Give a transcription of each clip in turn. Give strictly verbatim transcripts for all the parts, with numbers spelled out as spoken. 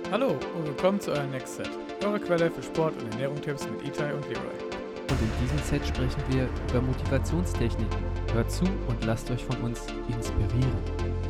Hallo und willkommen zu eurem Next Set, eure Quelle für Sport- und Ernährungstipps mit Itai und Leroy. Und in diesem Set sprechen wir über Motivationstechniken. Hört zu und lasst euch von uns inspirieren.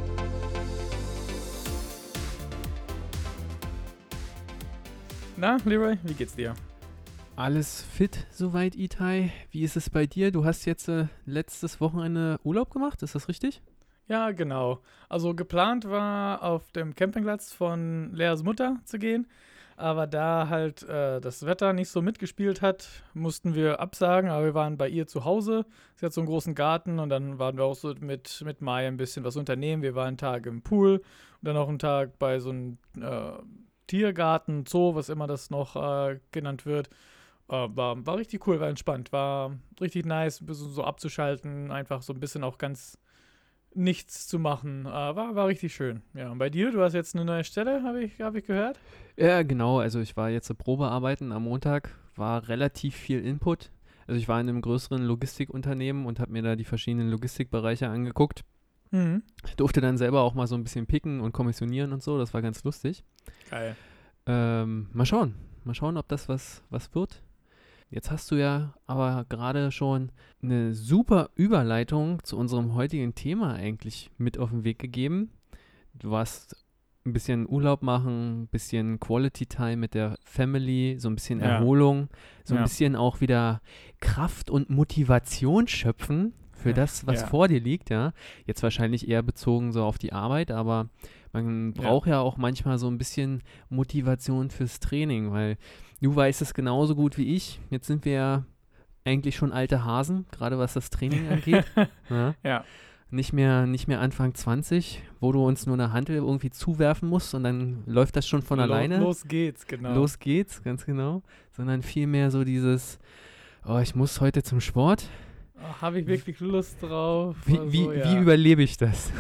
Na, Leroy, wie geht's dir? Alles fit soweit, Itai. Wie ist es bei dir? Du hast jetzt äh, letztes Wochenende Urlaub gemacht, ist das richtig? Ja, genau. Also geplant war, auf dem Campingplatz von Leas Mutter zu gehen, aber da halt äh, das Wetter nicht so mitgespielt hat, mussten wir absagen, aber wir waren bei ihr zu Hause. Sie hat so einen großen Garten und dann waren wir auch so mit, mit Mai ein bisschen was unternehmen. Wir waren einen Tag im Pool und dann auch einen Tag bei so einem äh, Tiergarten, Zoo, was immer das noch äh, genannt wird. Äh, war, war richtig cool, war entspannt, war richtig nice, ein bisschen so abzuschalten, einfach so ein bisschen auch ganz nichts zu machen. Äh, war, war richtig schön. Ja, und bei dir, du hast jetzt eine neue Stelle, habe ich, hab ich gehört? Ja, genau. Also ich war jetzt Probearbeiten am Montag, war relativ viel Input. Also ich war in einem größeren Logistikunternehmen und habe mir da die verschiedenen Logistikbereiche angeguckt. Mhm. Ich durfte dann selber auch mal so ein bisschen picken und kommissionieren und so. Das war ganz lustig. Geil. Ähm, mal schauen. Mal schauen, ob das was, was wird. Jetzt hast du ja aber gerade schon eine super Überleitung zu unserem heutigen Thema eigentlich mit auf den Weg gegeben. Du warst ein bisschen Urlaub machen, ein bisschen Quality Time mit der Family, so ein bisschen Ja. Erholung, so ein Ja. bisschen auch wieder Kraft und Motivation schöpfen für das, was Ja. vor dir liegt, ja. Jetzt wahrscheinlich eher bezogen so auf die Arbeit, aber man braucht ja. ja auch manchmal so ein bisschen Motivation fürs Training, weil du weißt es genauso gut wie ich. Jetzt sind wir ja eigentlich schon alte Hasen, gerade was das Training angeht. Ja. Ja. Nicht mehr, nicht mehr Anfang zwanzig, wo du uns nur eine Hantel irgendwie zuwerfen musst und dann läuft das schon von Lo- alleine. Los geht's, genau. Los geht's, ganz genau. Sondern vielmehr so dieses, oh, ich muss heute zum Sport. Oh, habe ich wirklich Lust drauf? Wie, Also, wie, ja. wie überlebe ich das?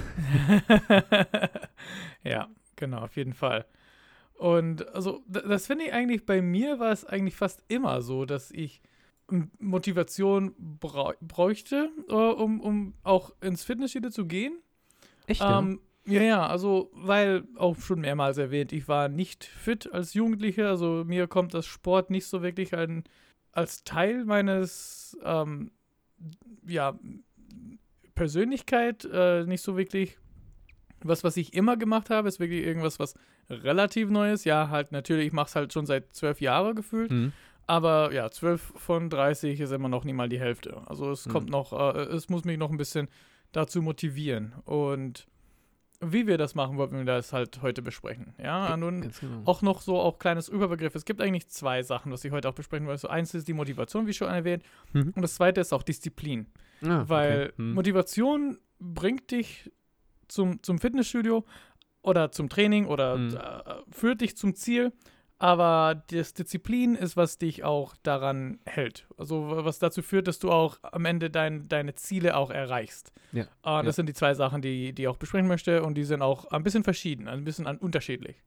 Ja, genau, auf jeden Fall. Und also, d- das finde ich eigentlich, bei mir war es eigentlich fast immer so, dass ich m- Motivation brau bräuchte, äh, um, um auch ins Fitnessstudio zu gehen. Echt, ja? Ähm, ja, ja, also, weil auch schon mehrmals erwähnt, ich war nicht fit als Jugendlicher, also mir kommt das Sport nicht so wirklich ein, als Teil meines, ähm, ja, Persönlichkeit, äh, nicht so wirklich. Was, was ich immer gemacht habe, ist wirklich irgendwas, was relativ Neues. Ja, halt natürlich, ich mache es halt schon seit zwölf Jahren gefühlt. Hm. Aber ja, zwölf von dreißig ist immer noch nicht mal die Hälfte. Also es Hm. kommt noch, äh, es muss mich noch ein bisschen dazu motivieren. Und wie wir das machen, wollten wir das halt heute besprechen. Ja, nun Ganz genau. auch noch so, auch kleines Überbegriff. Es gibt eigentlich zwei Sachen, was ich heute auch besprechen wollte. So eins ist die Motivation, wie schon erwähnt. Mhm. Und das zweite ist auch Disziplin. Ah, Weil okay. Hm. Motivation bringt dich zum, zum Fitnessstudio oder zum Training oder Mhm. äh, führt dich zum Ziel, aber das Disziplin ist, was dich auch daran hält. Also was dazu führt, dass du auch am Ende dein, deine Ziele auch erreichst. Ja, Äh, das ja. sind die zwei Sachen, die, die ich auch besprechen möchte und die sind auch ein bisschen verschieden, ein bisschen an, unterschiedlich.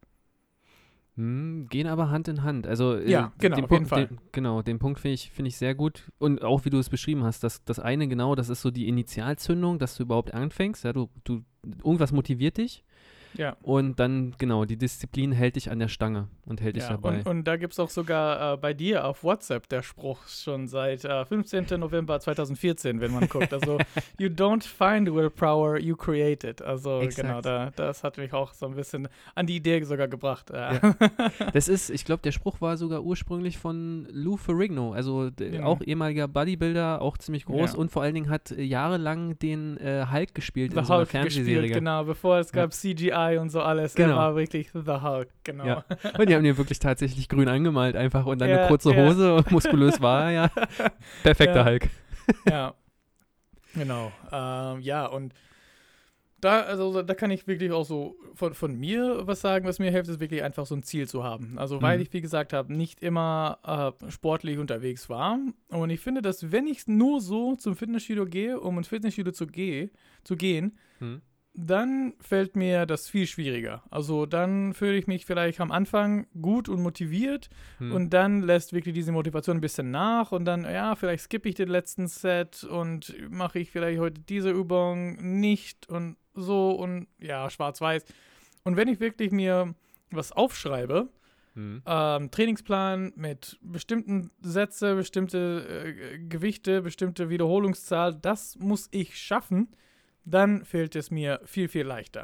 Hm, gehen aber Hand in Hand. Also äh, Ja, genau, den auf jeden Punkt, Fall. Den, genau, den Punkt finde ich, find ich sehr gut. Und auch wie du es beschrieben hast, das, das eine genau, das ist so die Initialzündung, dass du überhaupt anfängst. Ja, du, du, irgendwas motiviert dich Ja. und dann, genau, die Disziplin hält dich an der Stange und hält dich Ja, dabei. und, und da gibt es auch sogar äh, bei dir auf WhatsApp der Spruch schon seit äh, fünfzehnten November zweitausendvierzehn, wenn man guckt. Also, you don't find willpower, you create it. Also, Exakt. genau, da, das hat mich auch so ein bisschen an die Idee sogar gebracht. Äh. Ja. Das ist, ich glaube, der Spruch war sogar ursprünglich von Lou Ferrigno, also d- Ja. auch ehemaliger Bodybuilder, auch ziemlich groß Ja. und vor allen Dingen hat äh, jahrelang den äh, Hulk gespielt The in so einer Hulk Fernsehserie. gespielt, genau, bevor es Ja. gab C G I und so alles. Genau. Er war wirklich The Hulk, genau. Ja. Und die haben den wirklich tatsächlich grün angemalt einfach und dann Ja, eine kurze ja. Hose und muskulös war er, ja. Perfekter Ja. Hulk. Ja, genau. Ähm, ja, und da, also da kann ich wirklich auch so von, von mir was sagen, was mir hilft, ist wirklich einfach so ein Ziel zu haben. Also weil Mhm. ich, wie gesagt habe, nicht immer äh, sportlich unterwegs war. Und ich finde, dass wenn ich nur so zum Fitnessstudio gehe, um ins Fitnessstudio zu, geh, zu gehen, Hm. dann fällt mir das viel schwieriger. Also dann fühle ich mich vielleicht am Anfang gut und motiviert Hm. und dann lässt wirklich diese Motivation ein bisschen nach und dann, ja, vielleicht skippe ich den letzten Set und mache ich vielleicht heute diese Übung nicht und so und ja, schwarz-weiß. Und wenn ich wirklich mir was aufschreibe, Mhm. ähm, Trainingsplan mit bestimmten Sätze, bestimmte äh, Gewichte, bestimmte Wiederholungszahl, das muss ich schaffen, dann fällt es mir viel, viel leichter.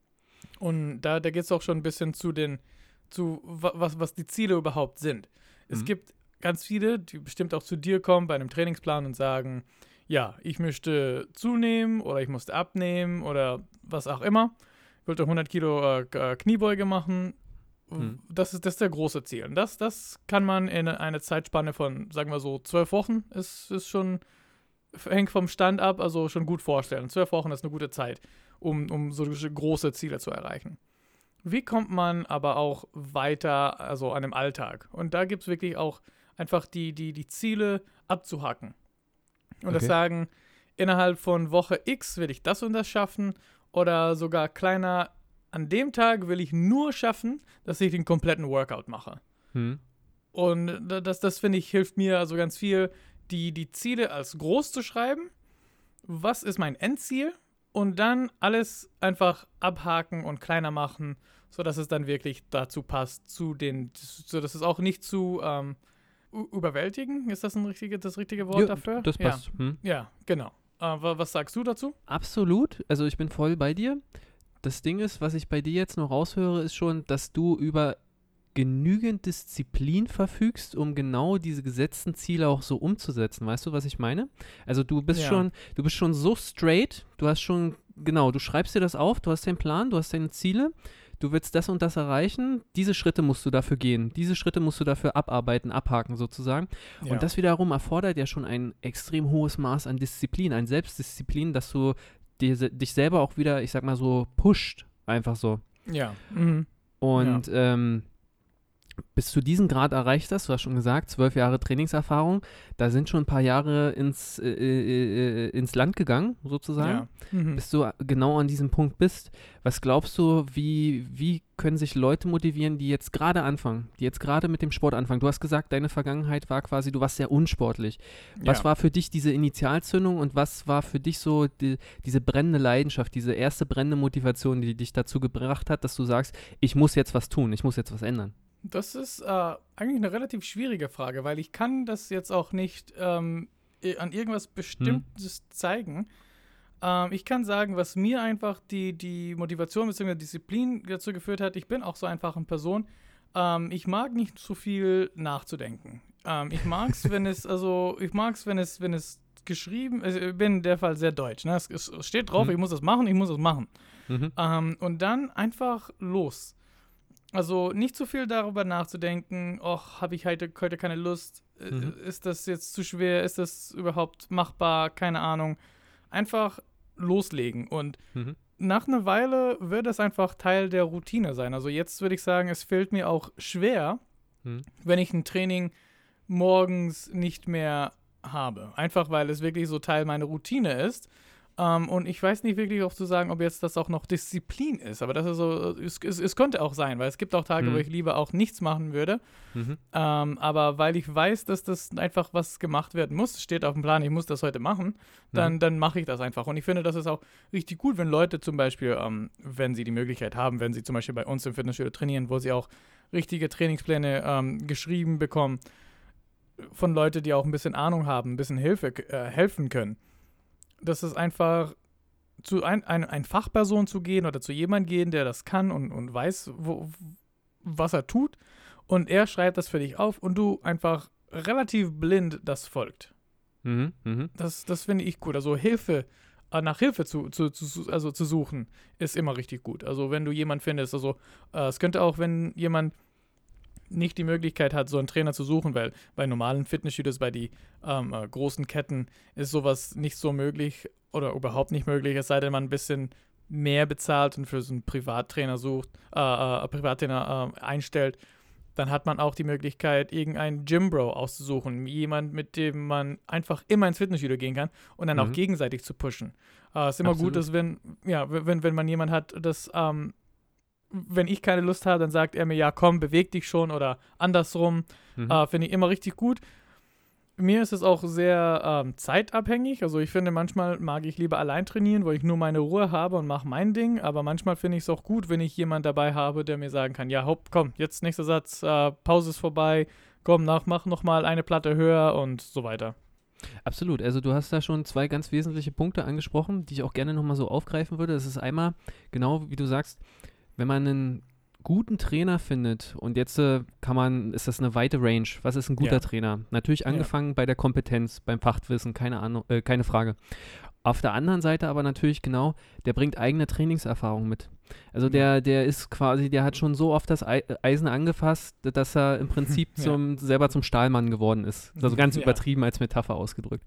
Und da, da geht es auch schon ein bisschen zu den, zu wa- was, was die Ziele überhaupt sind. Es Mhm. gibt ganz viele, die bestimmt auch zu dir kommen bei einem Trainingsplan und sagen, ja, ich möchte zunehmen oder ich musste abnehmen oder was auch immer. Ich wollte hundert Kilo äh, K- Kniebeuge machen. Mhm. Das ist, das ist der große Ziel. Und das, das kann man in eine Zeitspanne von, sagen wir so, zwölf Wochen, ist, ist schon, hängt vom Stand ab, also schon gut vorstellen. Zwölf Wochen ist eine gute Zeit, um, um so große Ziele zu erreichen. Wie kommt man aber auch weiter, also an dem Alltag? Und da gibt es wirklich auch einfach die, die, die Ziele abzuhacken. Und das Okay. sagen, innerhalb von Woche X will ich das und das schaffen oder sogar kleiner, an dem Tag will ich nur schaffen, dass ich den kompletten Workout mache. Mhm. Und da- das, das finde ich, hilft mir also ganz viel, die, die Ziele als groß zu schreiben. Was ist mein Endziel? Und dann alles einfach abhaken und kleiner machen, sodass es dann wirklich dazu passt, zu den, sodass es auch nicht zu ähm, u- überwältigen. Ist das ein richtige, das richtige Wort Ja, dafür? das passt. Mhm. Ja, ja, genau. Äh, wa- was sagst du dazu? Absolut. Also ich bin voll bei dir. Das Ding ist, was ich bei dir jetzt noch raushöre, ist schon, dass du über genügend Disziplin verfügst, um genau diese gesetzten Ziele auch so umzusetzen. Weißt du, was ich meine? Also du bist Ja. schon, du bist schon so straight, du hast schon, genau, du schreibst dir das auf, du hast den Plan, du hast deine Ziele, du willst das und das erreichen, diese Schritte musst du dafür gehen, diese Schritte musst du dafür abarbeiten, abhaken sozusagen. Ja. Und das wiederum erfordert ja schon ein extrem hohes Maß an Disziplin, an Selbstdisziplin, dass du dir, se- dich selber auch wieder, ich sag mal so, pusht, einfach so. Ja. Mhm. Und ähm, bis zu diesem Grad erreicht hast, du hast schon gesagt, zwölf Jahre Trainingserfahrung, da sind schon ein paar Jahre ins, äh, äh, äh, ins Land gegangen, sozusagen, Ja. Mhm. bis du genau an diesem Punkt bist. Was glaubst du, wie, wie können sich Leute motivieren, die jetzt gerade anfangen, die jetzt gerade mit dem Sport anfangen? Du hast gesagt, deine Vergangenheit war quasi, du warst sehr unsportlich. Was ja. war für dich diese Initialzündung und was war für dich so die, diese brennende Leidenschaft, diese erste brennende Motivation, die dich dazu gebracht hat, dass du sagst, ich muss jetzt was tun, ich muss jetzt was ändern? Das ist äh, eigentlich eine relativ schwierige Frage, weil ich kann das jetzt auch nicht ähm, i- an irgendwas Bestimmtes zeigen. Ähm, ich kann sagen, was mir einfach die, die Motivation bzw. Disziplin dazu geführt hat, ich bin auch so einfach eine Person, ähm, ich mag nicht zu viel nachzudenken. Ähm, ich mag es, wenn es, also ich mag es, wenn es, wenn es geschrieben, also ich bin in der Fall sehr deutsch, ne? es, es steht drauf, Mhm. ich muss das machen, ich muss das machen. Mhm. Ähm, und dann einfach los. Also nicht zu viel darüber nachzudenken, ach, habe ich heute, heute keine Lust, äh, Mhm. ist das jetzt zu schwer, ist das überhaupt machbar, keine Ahnung. Einfach loslegen und Mhm. nach einer Weile wird es einfach Teil der Routine sein. Also jetzt würde ich sagen, es fällt mir auch schwer, Mhm. wenn ich ein Training morgens nicht mehr habe. Einfach weil es wirklich so Teil meiner Routine ist. Ähm, und ich weiß nicht wirklich auch zu sagen, ob jetzt das auch noch Disziplin ist. Aber das ist so, es, es, es könnte auch sein, weil es gibt auch Tage, Mhm. wo ich lieber auch nichts machen würde. Mhm. Ähm, aber weil ich weiß, dass das einfach was gemacht werden muss, steht auf dem Plan, ich muss das heute machen, dann, Mhm. dann mache ich das einfach. Und ich finde, das ist auch richtig gut, wenn Leute zum Beispiel, ähm, wenn sie die Möglichkeit haben, wenn sie zum Beispiel bei uns im Fitnessstudio trainieren, wo sie auch richtige Trainingspläne ähm, geschrieben bekommen, von Leuten, die auch ein bisschen Ahnung haben, ein bisschen Hilfe äh, helfen können. Das ist einfach zu ein, ein, ein Fachperson zu gehen oder zu jemandem gehen, der das kann und, und weiß, wo, was er tut. Und er schreibt das für dich auf und du einfach relativ blind das folgt. Mhm. Mhm. Das, das finde ich gut. Also Hilfe, äh, nach Hilfe zu, zu, zu, also zu suchen, ist immer richtig gut. Also wenn du jemanden findest, also äh, es könnte auch, wenn jemand nicht die Möglichkeit hat, so einen Trainer zu suchen, weil bei normalen Fitnessstudios, bei die ähm, äh, großen Ketten ist sowas nicht so möglich oder überhaupt nicht möglich, es sei denn, man ein bisschen mehr bezahlt und für so einen Privattrainer sucht, äh, äh, Privattrainer äh, einstellt, dann hat man auch die Möglichkeit, irgendeinen Gymbro auszusuchen, jemand, mit dem man einfach immer ins Fitnessstudio gehen kann und dann auch Mhm. gegenseitig zu pushen. Es äh, ist immer Absolut. gut, dass wenn, ja, wenn, wenn man jemanden hat, das ähm, wenn ich keine Lust habe, dann sagt er mir, ja komm, beweg dich schon oder andersrum. Mhm. Äh, Finde ich immer richtig gut. mir ist es auch sehr ähm, zeitabhängig. Also ich finde, manchmal mag ich lieber allein trainieren, wo ich nur meine Ruhe habe und mache mein Ding. Aber manchmal finde ich es auch gut, wenn ich jemanden dabei habe, der mir sagen kann, ja, hopp, komm, jetzt nächster Satz, äh, Pause ist vorbei, komm, nach, mach nochmal eine Platte höher und so weiter. Absolut. Also du hast da schon zwei ganz wesentliche Punkte angesprochen, die ich auch gerne nochmal so aufgreifen würde. Das ist einmal, genau wie du sagst, wenn man einen guten Trainer findet und jetzt äh, kann man, ist das eine weite Range. Was ist ein guter Ja. Trainer? Natürlich angefangen Ja. bei der Kompetenz, beim Fachwissen, keine Ahnung, äh, keine Frage. Auf der anderen Seite aber natürlich genau, der bringt eigene Trainingserfahrung mit. Also der, der ist quasi, der hat schon so oft das Ei- Eisen angefasst, dass er im Prinzip Ja. zum, selber zum Stahlmann geworden ist. Also ganz Ja. übertrieben als Metapher ausgedrückt.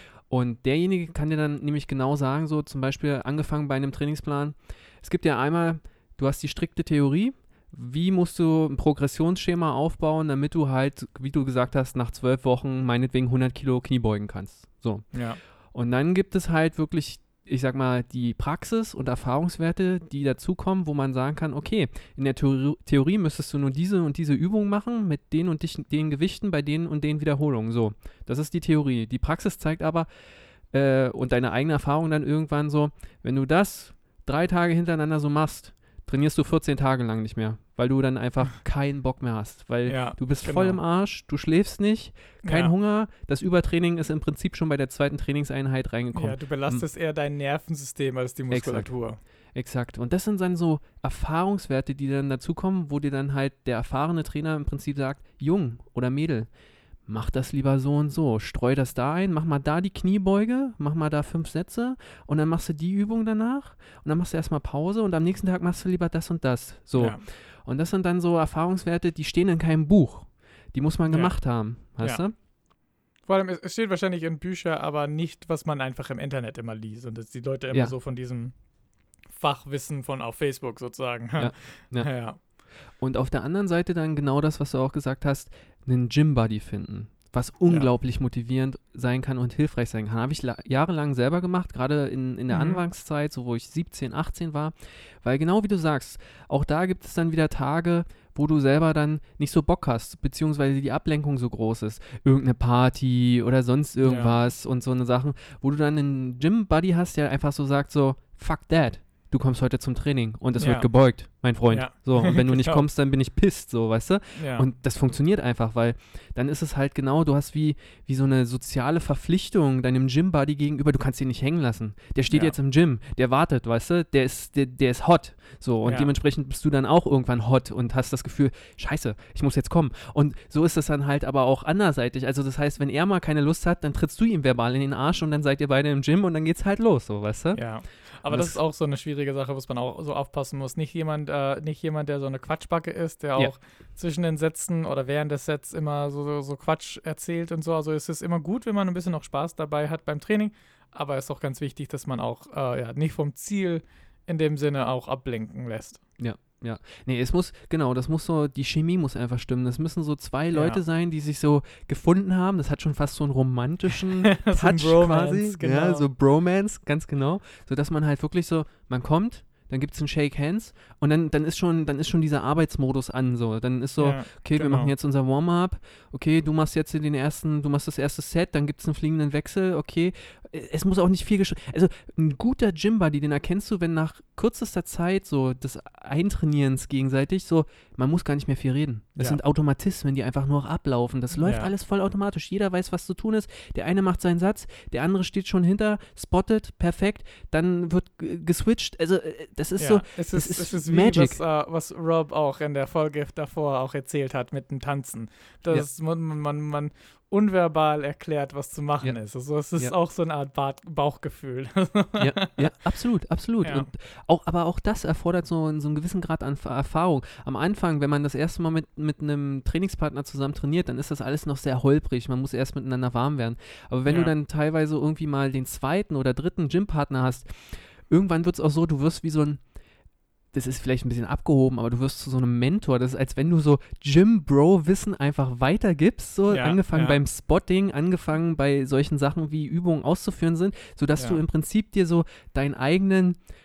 Und derjenige kann dir dann nämlich genau sagen, so zum Beispiel angefangen bei einem Trainingsplan, es gibt ja einmal, du hast die strikte Theorie, wie musst du ein Progressionsschema aufbauen, damit du halt, wie du gesagt hast, nach zwölf Wochen meinetwegen hundert Kilo Knie beugen kannst. So. Ja. Und dann gibt es halt wirklich, ich sag mal, die Praxis und Erfahrungswerte, die dazukommen, wo man sagen kann, okay, in der Theorie, Theorie müsstest du nur diese und diese Übung machen mit den und dich, den Gewichten bei den und den Wiederholungen. So, das ist die Theorie. Die Praxis zeigt aber, äh, und deine eigene Erfahrung dann irgendwann so, wenn du das drei Tage hintereinander so machst, trainierst du vierzehn Tage lang nicht mehr, weil du dann einfach keinen Bock mehr hast, weil Ja, du bist genau. voll im Arsch, du schläfst nicht, kein Ja. Hunger, das Übertraining ist im Prinzip schon bei der zweiten Trainingseinheit reingekommen. Ja, du belastest eher dein Nervensystem als die Muskulatur. Exakt. Und das sind dann so Erfahrungswerte, die dann dazukommen, wo dir dann halt der erfahrene Trainer im Prinzip sagt, Jung oder Mädel, mach das lieber so und so, streu das da ein, mach mal da die Kniebeuge, mach mal da fünf Sätze und dann machst du die Übung danach und dann machst du erstmal Pause und am nächsten Tag machst du lieber das und das. So. Ja. Und das sind dann so Erfahrungswerte, die stehen in keinem Buch. Die muss man Ja. gemacht haben, weißt Ja. du? Vor allem, es es steht wahrscheinlich in Büchern, aber nicht, was man einfach im Internet immer liest. Und dass die Leute immer Ja. so von diesem Fachwissen von auf Facebook sozusagen. Ja. Ja. ja. Und auf der anderen Seite dann genau das, was du auch gesagt hast, einen Gym-Buddy finden, was unglaublich motivierend sein kann und hilfreich sein kann. Habe ich la- jahrelang selber gemacht, gerade in, in der Mhm. Anfangszeit, so wo ich siebzehn, achtzehn war, weil genau wie du sagst, auch da gibt es dann wieder Tage, wo du selber dann nicht so Bock hast, beziehungsweise die Ablenkung so groß ist. Irgendeine Party oder sonst irgendwas und so eine Sachen, wo du dann einen Gym-Buddy hast, der einfach so sagt so, fuck that. Du kommst heute zum Training und es Ja. wird gebeugt, mein Freund. Ja. So, und wenn du nicht Genau. kommst, dann bin ich pisst, so, weißt du? Ja. Und das funktioniert einfach, weil dann ist es halt genau, du hast wie, wie so eine soziale Verpflichtung deinem Gym-Buddy gegenüber, du kannst ihn nicht hängen lassen. Der steht Ja. jetzt im Gym, der wartet, weißt du, der ist, der, der ist hot. So, und Ja. dementsprechend bist du dann auch irgendwann hot und hast das Gefühl, scheiße, ich muss jetzt kommen. Und so ist es dann halt aber auch anderseitig. Also das heißt, wenn er mal keine Lust hat, dann trittst du ihm verbal in den Arsch und dann seid ihr beide im Gym und dann geht's halt los, so, weißt du? Ja, aber Und das das- ist auch so eine schwierige Sache, was man auch so aufpassen muss. Nicht jemand, äh, nicht jemand, der so eine Quatschbacke ist, der Ja. auch zwischen den Sätzen oder während des Sets immer so, so, so Quatsch erzählt und so. Also es ist immer gut, wenn man ein bisschen noch Spaß dabei hat beim Training, aber es ist auch ganz wichtig, dass man auch äh, ja, nicht vom Ziel in dem Sinne auch ablenken lässt. Ja, nee, es muss, genau, das muss so, die Chemie muss einfach stimmen. Das müssen so zwei Ja. Leute sein, die sich so gefunden haben. Das hat schon fast so einen romantischen So ein Touch Bromance, quasi. genau. Ja, so Bromance, ganz genau. So dass man halt wirklich so, man kommt, dann gibt es ein Shake Hands und dann, dann ist schon, dann ist schon dieser Arbeitsmodus an. So. Dann ist so, Ja, okay, wir genau. machen jetzt unser Warm-up, okay, du machst jetzt den ersten, du machst das erste Set, dann gibt es einen fliegenden Wechsel, okay. Es muss auch nicht viel gesch... Also ein guter Gym-Buddy, den erkennst du, wenn nach kürzester Zeit so des Eintrainierens gegenseitig so, man muss gar nicht mehr viel reden. Das Ja. sind Automatismen, die einfach nur ablaufen. Das läuft Ja. alles voll automatisch. Jeder weiß, was zu tun ist. Der eine macht seinen Satz, der andere steht schon hinter, spottet, perfekt, dann wird g- geswitcht. Also äh, das ist ja, so, es das ist, ist es ist wie Magic. was, äh, was Rob auch in der Folge davor auch erzählt hat mit dem Tanzen. Dass man, man, man unverbal erklärt, was zu machen Ja. ist. Also es ist Ja. auch so eine Art Ba- Bauchgefühl. ja, ja, absolut, absolut. Ja. Und auch, aber auch das erfordert so, einen- so einen gewissen Grad an Ver- Erfahrung. Am Anfang, wenn man das erste Mal mit, mit einem Trainingspartner zusammen trainiert, dann ist das alles noch sehr holprig. Man muss erst miteinander warm werden. Aber wenn Ja. du dann teilweise irgendwie mal den zweiten oder dritten Gympartner hast, irgendwann wird es auch so, du wirst wie so ein, das ist vielleicht ein bisschen abgehoben, aber du wirst zu so einem Mentor. Das ist, als wenn du so Gym-Bro-Wissen einfach weitergibst, so Ja, angefangen ja. beim Spotting, angefangen bei solchen Sachen wie Übungen auszuführen sind, sodass Ja. du im Prinzip dir so deinen eigenen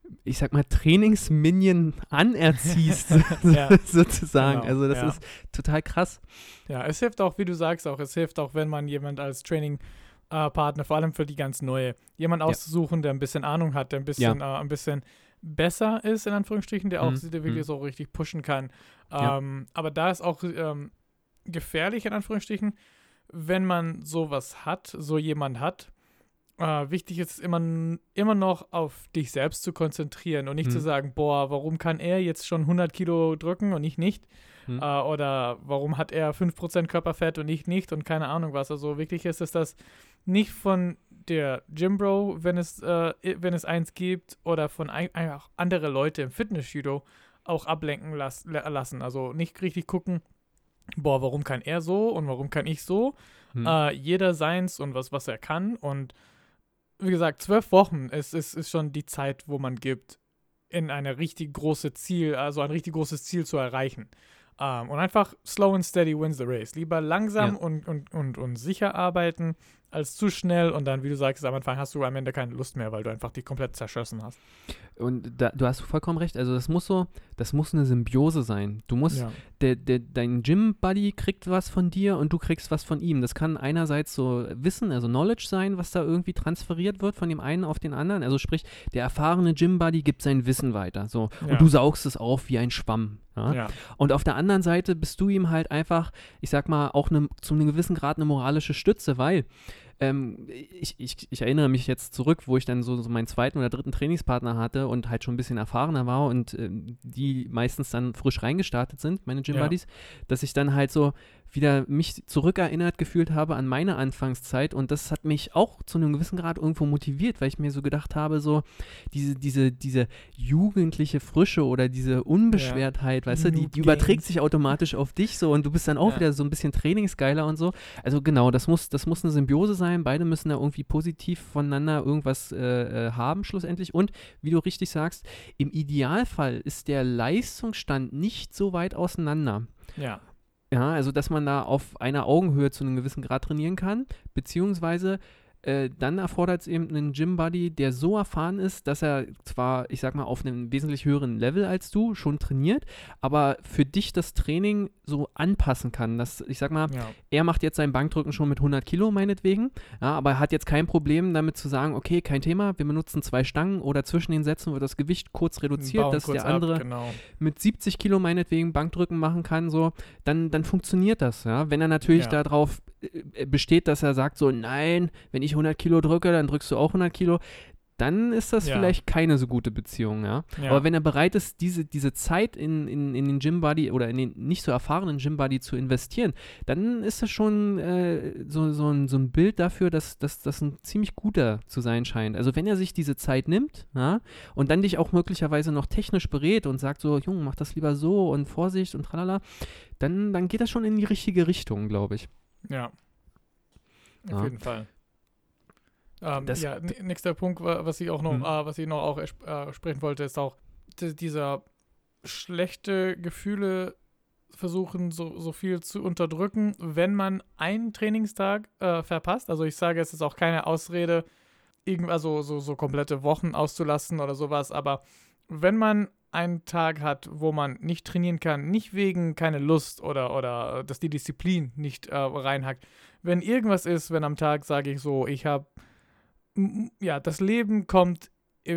ich sag mal, Trainingsminion anerziehst, Ja, sozusagen. genau, Also das ja. ist total krass. Ja, es hilft auch, wie du sagst, auch, es hilft auch, wenn man jemand als Training-Partner, vor allem für die ganz Neue, jemand Ja. auszusuchen, der ein bisschen Ahnung hat, der ein bisschen, äh, ein bisschen besser ist, in Anführungsstrichen, der auch Mhm, sie der wirklich mhm. so richtig pushen kann. Ja. Ähm, aber da ist auch ähm, gefährlich, in Anführungsstrichen, wenn man sowas hat, so jemand hat. Äh, wichtig ist es immer, immer noch auf dich selbst zu konzentrieren und nicht zu Mhm. sagen, boah, warum kann er jetzt schon hundert Kilo drücken und ich nicht? Mhm. Äh, oder warum hat er fünf Prozent Körperfett und ich nicht und keine Ahnung was. Also wichtig ist es, dass nicht von der Gymbro, wenn es, äh, wenn es eins gibt, oder von ein, einfach andere Leute im Fitnessstudio auch ablenken las, lassen. Also nicht richtig gucken, boah, warum kann er so und warum kann ich so? Mhm. Äh, jeder seins und was, was er kann. Und wie gesagt, zwölf Wochen ist, ist, ist schon die Zeit, wo man gibt, in eine richtig große Ziel, also ein richtig großes Ziel zu erreichen. Ähm, und einfach slow and steady wins the race. Lieber langsam Ja. und, und, und, und sicher arbeiten, als zu schnell und dann, wie du sagst, am Anfang hast du am Ende keine Lust mehr, weil du einfach dich komplett zerschossen hast. Und da, du hast vollkommen recht. Also das muss so, das muss eine Symbiose sein. Du musst, Ja. der, der, dein Gym-Buddy kriegt was von dir und du kriegst was von ihm. Das kann einerseits so Wissen, also Knowledge sein, was da irgendwie transferiert wird von dem einen auf den anderen. Also sprich, der erfahrene Gym-Buddy gibt sein Wissen weiter. So. Ja. Und du saugst es auf wie ein Schwamm. Ja? Ja. Und auf der anderen Seite bist du ihm halt einfach, ich sag mal, auch ne, zu einem gewissen Grad eine moralische Stütze, weil ähm, ich, ich, ich erinnere mich jetzt zurück, wo ich dann so, so meinen zweiten oder dritten Trainingspartner hatte und halt schon ein bisschen erfahrener war und ähm, die meistens dann frisch reingestartet sind, meine Gym-Buddies, ja. dass ich dann halt so wieder mich zurückerinnert gefühlt habe an meine Anfangszeit und das hat mich auch zu einem gewissen Grad irgendwo motiviert, weil ich mir so gedacht habe, so diese, diese, diese jugendliche Frische oder diese Unbeschwertheit, ja. weißt du, die, die überträgt sich automatisch auf dich so und du bist dann auch ja. wieder so ein bisschen trainingsgeiler und so. Also genau, das muss, das muss eine Symbiose sein, beide müssen da irgendwie positiv voneinander irgendwas äh, haben schlussendlich und wie du richtig sagst, im Idealfall ist der Leistungsstand nicht so weit auseinander. Ja. Ja, also dass man da auf einer Augenhöhe zu einem gewissen Grad trainieren kann, beziehungsweise äh, dann erfordert es eben einen Gym-Buddy, der so erfahren ist, dass er zwar, ich sag mal, auf einem wesentlich höheren Level als du schon trainiert, aber für dich das Training so anpassen kann. Dass, ich sag mal, ja. er macht jetzt sein Bankdrücken schon mit hundert Kilo meinetwegen, ja, aber er hat jetzt kein Problem damit zu sagen, okay, kein Thema, wir benutzen zwei Stangen oder zwischen den Sätzen wird das Gewicht kurz reduziert, dass der andere ab, genau. mit siebzig Kilo meinetwegen Bankdrücken machen kann, so, dann, dann funktioniert das. Ja? Wenn er natürlich ja. darauf äh, besteht, dass er sagt so, nein, wenn ich hundert Kilo drücke, dann drückst du auch hundert Kilo, dann ist das ja. vielleicht keine so gute Beziehung, ja? ja. Aber wenn er bereit ist, diese, diese Zeit in, in, in den Gym-Buddy oder in den nicht so erfahrenen Gym-Buddy zu investieren, dann ist das schon äh, so, so, ein, so ein Bild dafür, dass das ein ziemlich guter zu sein scheint. Also wenn er sich diese Zeit nimmt, ja, und dann dich auch möglicherweise noch technisch berät und sagt so, Junge, mach das lieber so und Vorsicht und tralala, dann, dann geht das schon in die richtige Richtung, glaube ich. Ja, auf ja. jeden Fall. Ähm, das, ja, n- nächster Punkt, was ich auch noch, hm. äh, was ich noch auch äh, sprechen wollte, ist auch d- dieser schlechte Gefühle versuchen, so, so viel zu unterdrücken, wenn man einen Trainingstag äh, verpasst. Also ich sage, es ist auch keine Ausrede, irgend, also so, so komplette Wochen auszulassen oder sowas, aber wenn man einen Tag hat, wo man nicht trainieren kann, nicht wegen keine Lust oder, oder dass die Disziplin nicht äh, reinhackt, wenn irgendwas ist, wenn am Tag sage ich so, ich habe ja, das Leben kommt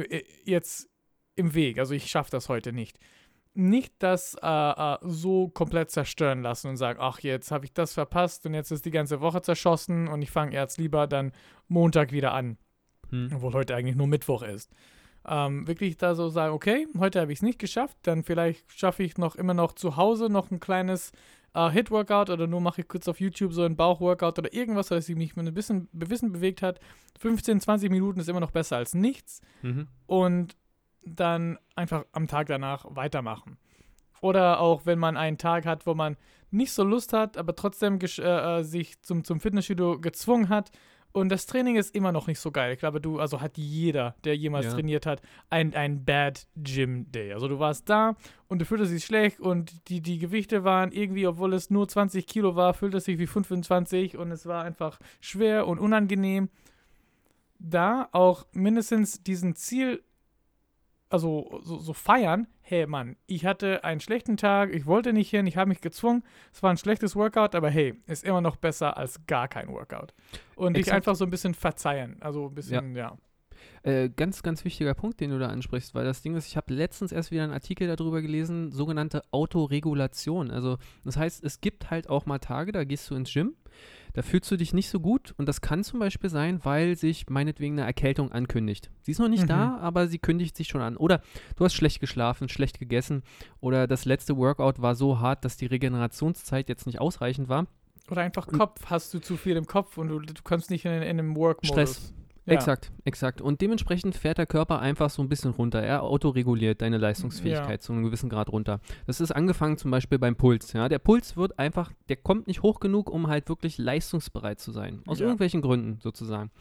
jetzt im Weg. Also ich schaffe das heute nicht. Nicht das äh, äh, so komplett zerstören lassen und sagen, ach, jetzt habe ich das verpasst und jetzt ist die ganze Woche zerschossen und ich fange jetzt lieber dann Montag wieder an. Hm. Obwohl heute eigentlich nur Mittwoch ist. Ähm, wirklich da so sagen, okay, heute habe ich es nicht geschafft, dann vielleicht schaffe ich noch immer noch zu Hause noch ein kleines Uh, Hit-Workout oder nur mache ich kurz auf YouTube so ein Bauch-Workout oder irgendwas, was mich mit ein bisschen Bewissen bewegt hat. fünfzehn, zwanzig Minuten ist immer noch besser als nichts. Mhm. Und dann einfach am Tag danach weitermachen. Oder auch, wenn man einen Tag hat, wo man nicht so Lust hat, aber trotzdem gesch- äh, sich zum, zum Fitnessstudio gezwungen hat. Und das Training ist immer noch nicht so geil. Ich glaube, du, also hat jeder, der jemals ja. trainiert hat, ein, ein Bad Gym Day. Also du warst da und du fühltest dich schlecht und die, die Gewichte waren irgendwie, obwohl es nur zwanzig Kilo war, fühlte es sich wie fünfundzwanzig und es war einfach schwer und unangenehm. Da auch mindestens diesen Ziel also so, so feiern, hey Mann, ich hatte einen schlechten Tag, ich wollte nicht hin, ich habe mich gezwungen, es war ein schlechtes Workout, aber hey, ist immer noch besser als gar kein Workout. Und dich Exakt. einfach so ein bisschen verzeihen, also ein bisschen, ja. Äh, ganz, ganz wichtiger Punkt, den du da ansprichst, weil das Ding ist, ich habe letztens erst wieder einen Artikel darüber gelesen, sogenannte Autoregulation. Also das heißt, es gibt halt auch mal Tage, da gehst du ins Gym, da fühlst du dich nicht so gut und das kann zum Beispiel sein, weil sich meinetwegen eine Erkältung ankündigt. Sie ist noch nicht Mhm. da, aber sie kündigt sich schon an. Oder du hast schlecht geschlafen, schlecht gegessen oder das letzte Workout war so hart, dass die Regenerationszeit jetzt nicht ausreichend war. Oder einfach Kopf, hast du zu viel im Kopf und du, du kommst nicht in, in einem Work-Modus. Stress. Ja. Exakt, exakt. Und dementsprechend fährt der Körper einfach so ein bisschen runter. Er autoreguliert deine Leistungsfähigkeit Ja. zu einem gewissen Grad runter. Das ist angefangen zum Beispiel beim Puls. Ja? Der Puls wird einfach, der kommt nicht hoch genug, um halt wirklich leistungsbereit zu sein. Aus Ja. irgendwelchen Gründen sozusagen.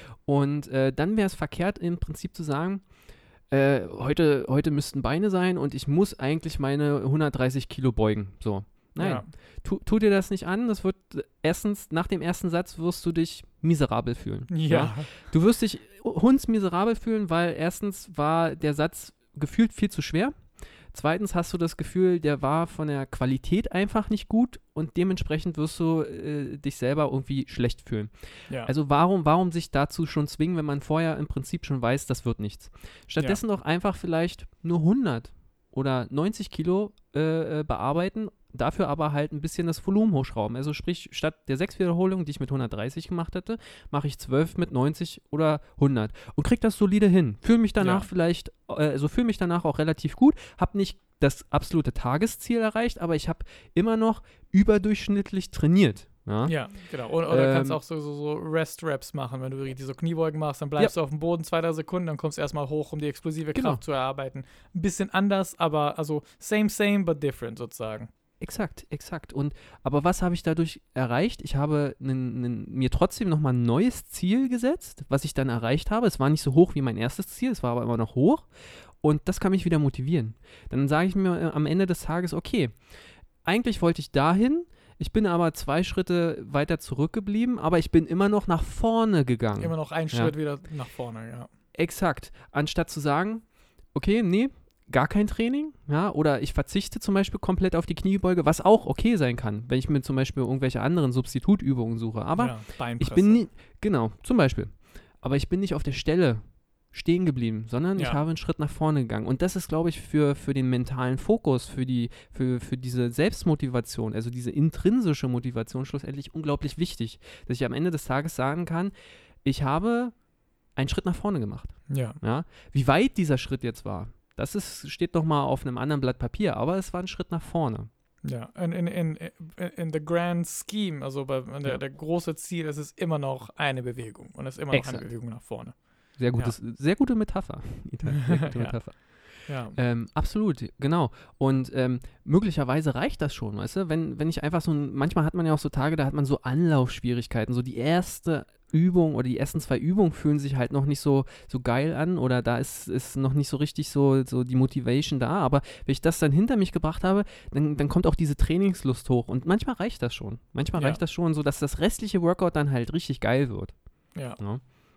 Und äh, dann wäre es verkehrt im Prinzip zu sagen, äh, heute, heute müssten Beine sein und ich muss eigentlich meine hundertdreißig Kilo beugen. So. Nein, Ja. tu, tu dir das nicht an. Das wird äh, erstens, nach dem ersten Satz wirst du dich miserabel fühlen. Ja. Du wirst dich hundsmiserabel fühlen, weil erstens war der Satz gefühlt viel zu schwer. Zweitens hast du das Gefühl, der war von der Qualität einfach nicht gut und dementsprechend wirst du äh, dich selber irgendwie schlecht fühlen. Ja. Also warum, warum sich dazu schon zwingen, wenn man vorher im Prinzip schon weiß, das wird nichts. Stattdessen doch einfach vielleicht nur hundert oder neunzig Kilo äh, äh, bearbeiten, dafür aber halt ein bisschen das Volumen hochschrauben. Also sprich, statt der sechs Wiederholungen, die ich mit hundertdreißig gemacht hätte, mache ich zwölf mit neunzig oder hundert und kriege das solide hin. Fühle mich danach Ja. vielleicht, äh, also fühle mich danach auch relativ gut, habe nicht das absolute Tagesziel erreicht, aber ich habe immer noch überdurchschnittlich trainiert. Ja, Ja, genau. Oder, oder Ähm, kannst auch so, so, so Rest-Reps machen, wenn du wirklich so Kniebeugen machst, dann bleibst du auf dem Boden zwei, drei Sekunden, dann kommst du erstmal hoch, um die explosive Genau. Kraft zu erarbeiten. Ein bisschen anders, aber also same, same, but different sozusagen. Exakt, exakt. Und aber was habe ich dadurch erreicht? Ich habe nen, nen, mir trotzdem nochmal ein neues Ziel gesetzt, was ich dann erreicht habe. Es war nicht so hoch wie mein erstes Ziel, es war aber immer noch hoch. Und das kann mich wieder motivieren. Dann sage ich mir äh, am Ende des Tages, okay, eigentlich wollte ich dahin, ich bin aber zwei Schritte weiter zurückgeblieben, aber ich bin immer noch nach vorne gegangen. Immer noch einen Ja. Schritt wieder nach vorne, ja. Exakt. Anstatt zu sagen, okay, nee, gar kein Training, ja, oder ich verzichte zum Beispiel komplett auf die Kniebeuge, was auch okay sein kann, wenn ich mir zum Beispiel irgendwelche anderen Substitutübungen suche. Aber ja, ich Beinpresse. bin nie, genau, zum Beispiel. Aber ich bin nicht auf der Stelle stehen geblieben, sondern ich Ja. habe einen Schritt nach vorne gegangen. Und das ist, glaube ich, für, für den mentalen Fokus, für, die, für, für diese Selbstmotivation, also diese intrinsische Motivation schlussendlich unglaublich wichtig, dass ich am Ende des Tages sagen kann, ich habe einen Schritt nach vorne gemacht. Ja. Ja? Wie weit dieser Schritt jetzt war, das ist, steht nochmal auf einem anderen Blatt Papier, aber es war ein Schritt nach vorne. Ja, in, in, in, in the grand scheme, also bei in der, Ja. der große Ziel, es ist immer noch eine Bewegung und es ist immer noch Exakt. eine Bewegung nach vorne. Sehr, gutes, sehr gute Metapher. Ita, sehr gute Ja. Metapher. Ja, Ähm, absolut, genau. Und ähm, möglicherweise reicht das schon, weißt du? Wenn, wenn ich einfach so ein, manchmal hat man ja auch so Tage, da hat man so Anlaufschwierigkeiten, so die erste Übung oder die ersten zwei Übungen fühlen sich halt noch nicht so, so geil an oder da ist, ist noch nicht so richtig so, so die Motivation da, aber wenn ich das dann hinter mich gebracht habe, dann, dann kommt auch diese Trainingslust hoch und manchmal reicht das schon. Manchmal Ja. reicht das schon, so dass das restliche Workout dann halt richtig geil wird. ja, Ja.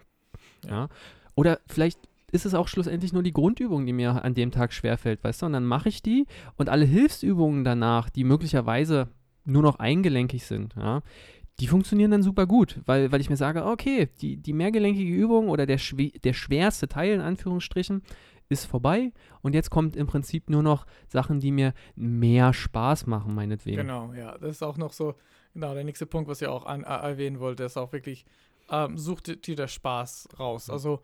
Ja. Ja. Oder vielleicht ist es auch schlussendlich nur die Grundübung, die mir an dem Tag schwerfällt, weißt du? Und dann mache ich die und alle Hilfsübungen danach, die möglicherweise nur noch eingelenkig sind, ja, die funktionieren dann super gut, weil, weil ich mir sage, okay, die, die mehrgelenkige Übung oder der, schwe der schwerste Teil in Anführungsstrichen ist vorbei und jetzt kommt im Prinzip nur noch Sachen, die mir mehr Spaß machen, meinetwegen. genau, ja. Das ist auch noch so, genau, der nächste Punkt, was ich auch an, äh, erwähnen wollte, ist auch wirklich, ähm, such dir, dir der Spaß raus. Also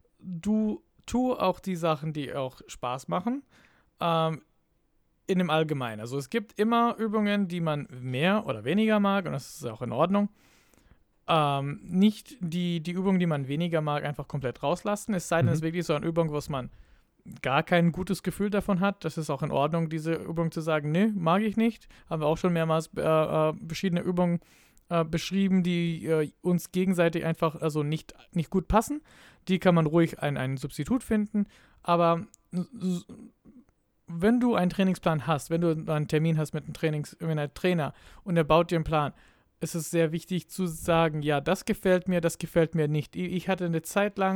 du tu auch die Sachen, die auch Spaß machen, ähm, in dem Allgemeinen. Also es gibt immer Übungen, die man mehr oder weniger mag und das ist auch in Ordnung. Ähm, nicht die, die Übung, die man weniger mag, einfach komplett rauslassen. Es sei denn, Mhm. es ist wirklich so eine Übung, was man gar kein gutes Gefühl davon hat. Das ist auch in Ordnung, diese Übung zu sagen, nee, mag ich nicht. Haben wir auch schon mehrmals äh, äh, verschiedene Übungen äh, beschrieben, die äh, uns gegenseitig einfach also nicht, nicht gut passen. Die kann man ruhig ein, ein Substitut finden. Aber s- wenn du einen Trainingsplan hast, wenn du einen Termin hast mit einem, Trainings, mit einem Trainer und er baut dir einen Plan, ist es sehr wichtig zu sagen, ja, das gefällt mir, das gefällt mir nicht. Ich ich hatte eine Zeit lang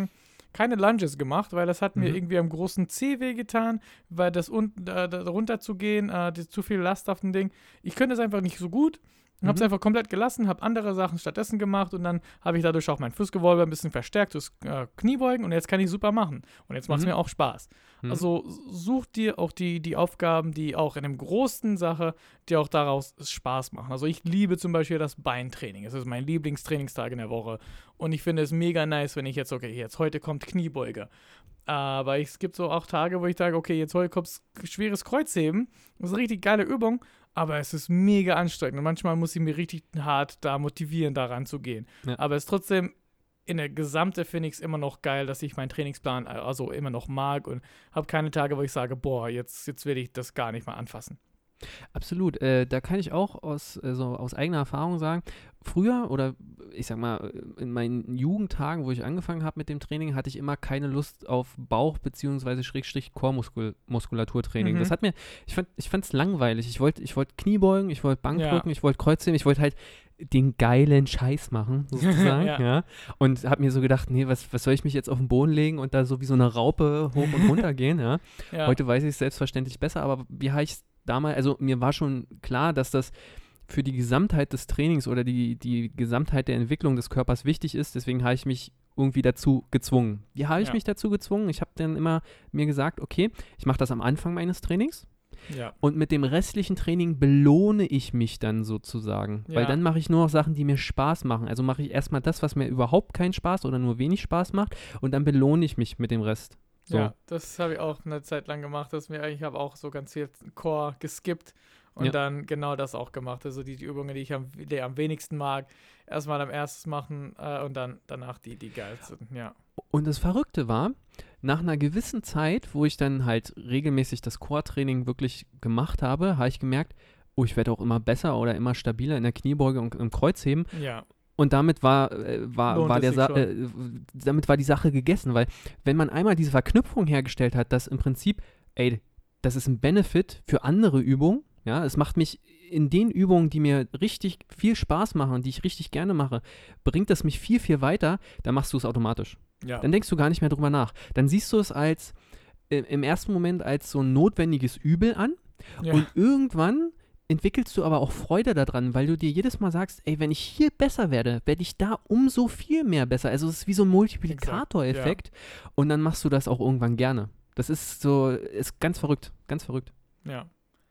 keine Lunges gemacht, weil das hat mir Mhm. irgendwie am großen Zeh wehgetan, weil das unten äh, da runter zu gehen, äh, das, zu viel Last auf dem Ding. Ich könnte es einfach nicht so gut. Und habe es Mhm. einfach komplett gelassen, habe andere Sachen stattdessen gemacht und dann habe ich dadurch auch mein Fußgewölbe ein bisschen verstärkt, das äh, Kniebeugen und jetzt kann ich super machen. Und jetzt macht es Mhm. mir auch Spaß. Mhm. Also such dir auch die, die Aufgaben, die auch in einem großen Sache, die auch daraus Spaß machen. Also ich liebe zum Beispiel das Beintraining. Es ist mein Lieblingstrainingstag in der Woche. Und ich finde es mega nice, wenn ich jetzt, okay, jetzt heute kommt Kniebeuge. Aber es gibt so auch Tage, wo ich sage, okay, jetzt heute kommt schweres Kreuzheben. Das ist eine richtig geile Übung, aber es ist mega anstrengend. Und manchmal muss ich mich richtig hart da motivieren, da ranzugehen. Ja. Aber es ist trotzdem, in der Gesamte finde ich es immer noch geil, dass ich meinen Trainingsplan also immer noch mag und habe keine Tage, wo ich sage, boah, jetzt, jetzt will ich das gar nicht mal anfassen. Absolut. Äh, da kann ich auch aus, also aus eigener Erfahrung sagen, früher oder ich sag mal, in meinen Jugendtagen, wo ich angefangen habe mit dem Training, hatte ich immer keine Lust auf Bauch- bzw. Schrägstrich Core-Muskulaturtraining. Mhm. Das hat mir, ich fand ich fand's langweilig. Ich wollte ich wollt Kniebeugen, ich wollte Bankdrücken, Ja. ich wollte Kreuzheben, ich wollte halt den geilen Scheiß machen, sozusagen, Ja. ja. Und habe mir so gedacht, nee, was, was soll ich mich jetzt auf den Boden legen und da so wie so eine Raupe hoch und runter gehen, ja. Ja. Heute weiß ich es selbstverständlich besser, aber wie habe ich es damals, also mir war schon klar, dass das für die Gesamtheit des Trainings oder die, die Gesamtheit der Entwicklung des Körpers wichtig ist, deswegen habe ich mich irgendwie dazu gezwungen. Wie habe ich Ja. mich dazu gezwungen? Ich habe dann immer mir gesagt, okay, ich mache das am Anfang meines Trainings Ja. und mit dem restlichen Training belohne ich mich dann sozusagen, weil Ja. dann mache ich nur noch Sachen, die mir Spaß machen. Also mache ich erstmal das, was mir überhaupt keinen Spaß oder nur wenig Spaß macht und dann belohne ich mich mit dem Rest. So. Ja, das habe ich auch eine Zeit lang gemacht. Dass mir, ich habe auch so ganz viel Core geskippt und Ja. dann genau das auch gemacht. Also die, die Übungen, die ich am, die am wenigsten mag, erstmal am erstes machen äh, und dann danach die, die geil sind. Ja. Und das Verrückte war, nach einer gewissen Zeit, wo ich dann halt regelmäßig das Core-Training wirklich gemacht habe, habe ich gemerkt, oh, ich werde auch immer besser oder immer stabiler in der Kniebeuge und im Kreuzheben. Ja. Und damit war, äh, war, Lohnt war es der sich Sa schon. äh, damit war die Sache gegessen, weil wenn man einmal diese Verknüpfung hergestellt hat, dass im Prinzip, ey, das ist ein Benefit für andere Übungen, ja, es macht mich in den Übungen, die mir richtig viel Spaß machen und die ich richtig gerne mache, bringt das mich viel, viel weiter, dann machst du es automatisch. Ja. Dann denkst du gar nicht mehr drüber nach. Dann siehst du es als, äh, im ersten Moment als so ein notwendiges Übel an ja. und irgendwann entwickelst du aber auch Freude daran, weil du dir jedes Mal sagst, ey, wenn ich hier besser werde, werde ich da umso viel mehr besser. Also es ist wie so ein Multiplikatoreffekt und dann machst du das auch irgendwann gerne. Das ist so, ist ganz verrückt, ganz verrückt. Ja.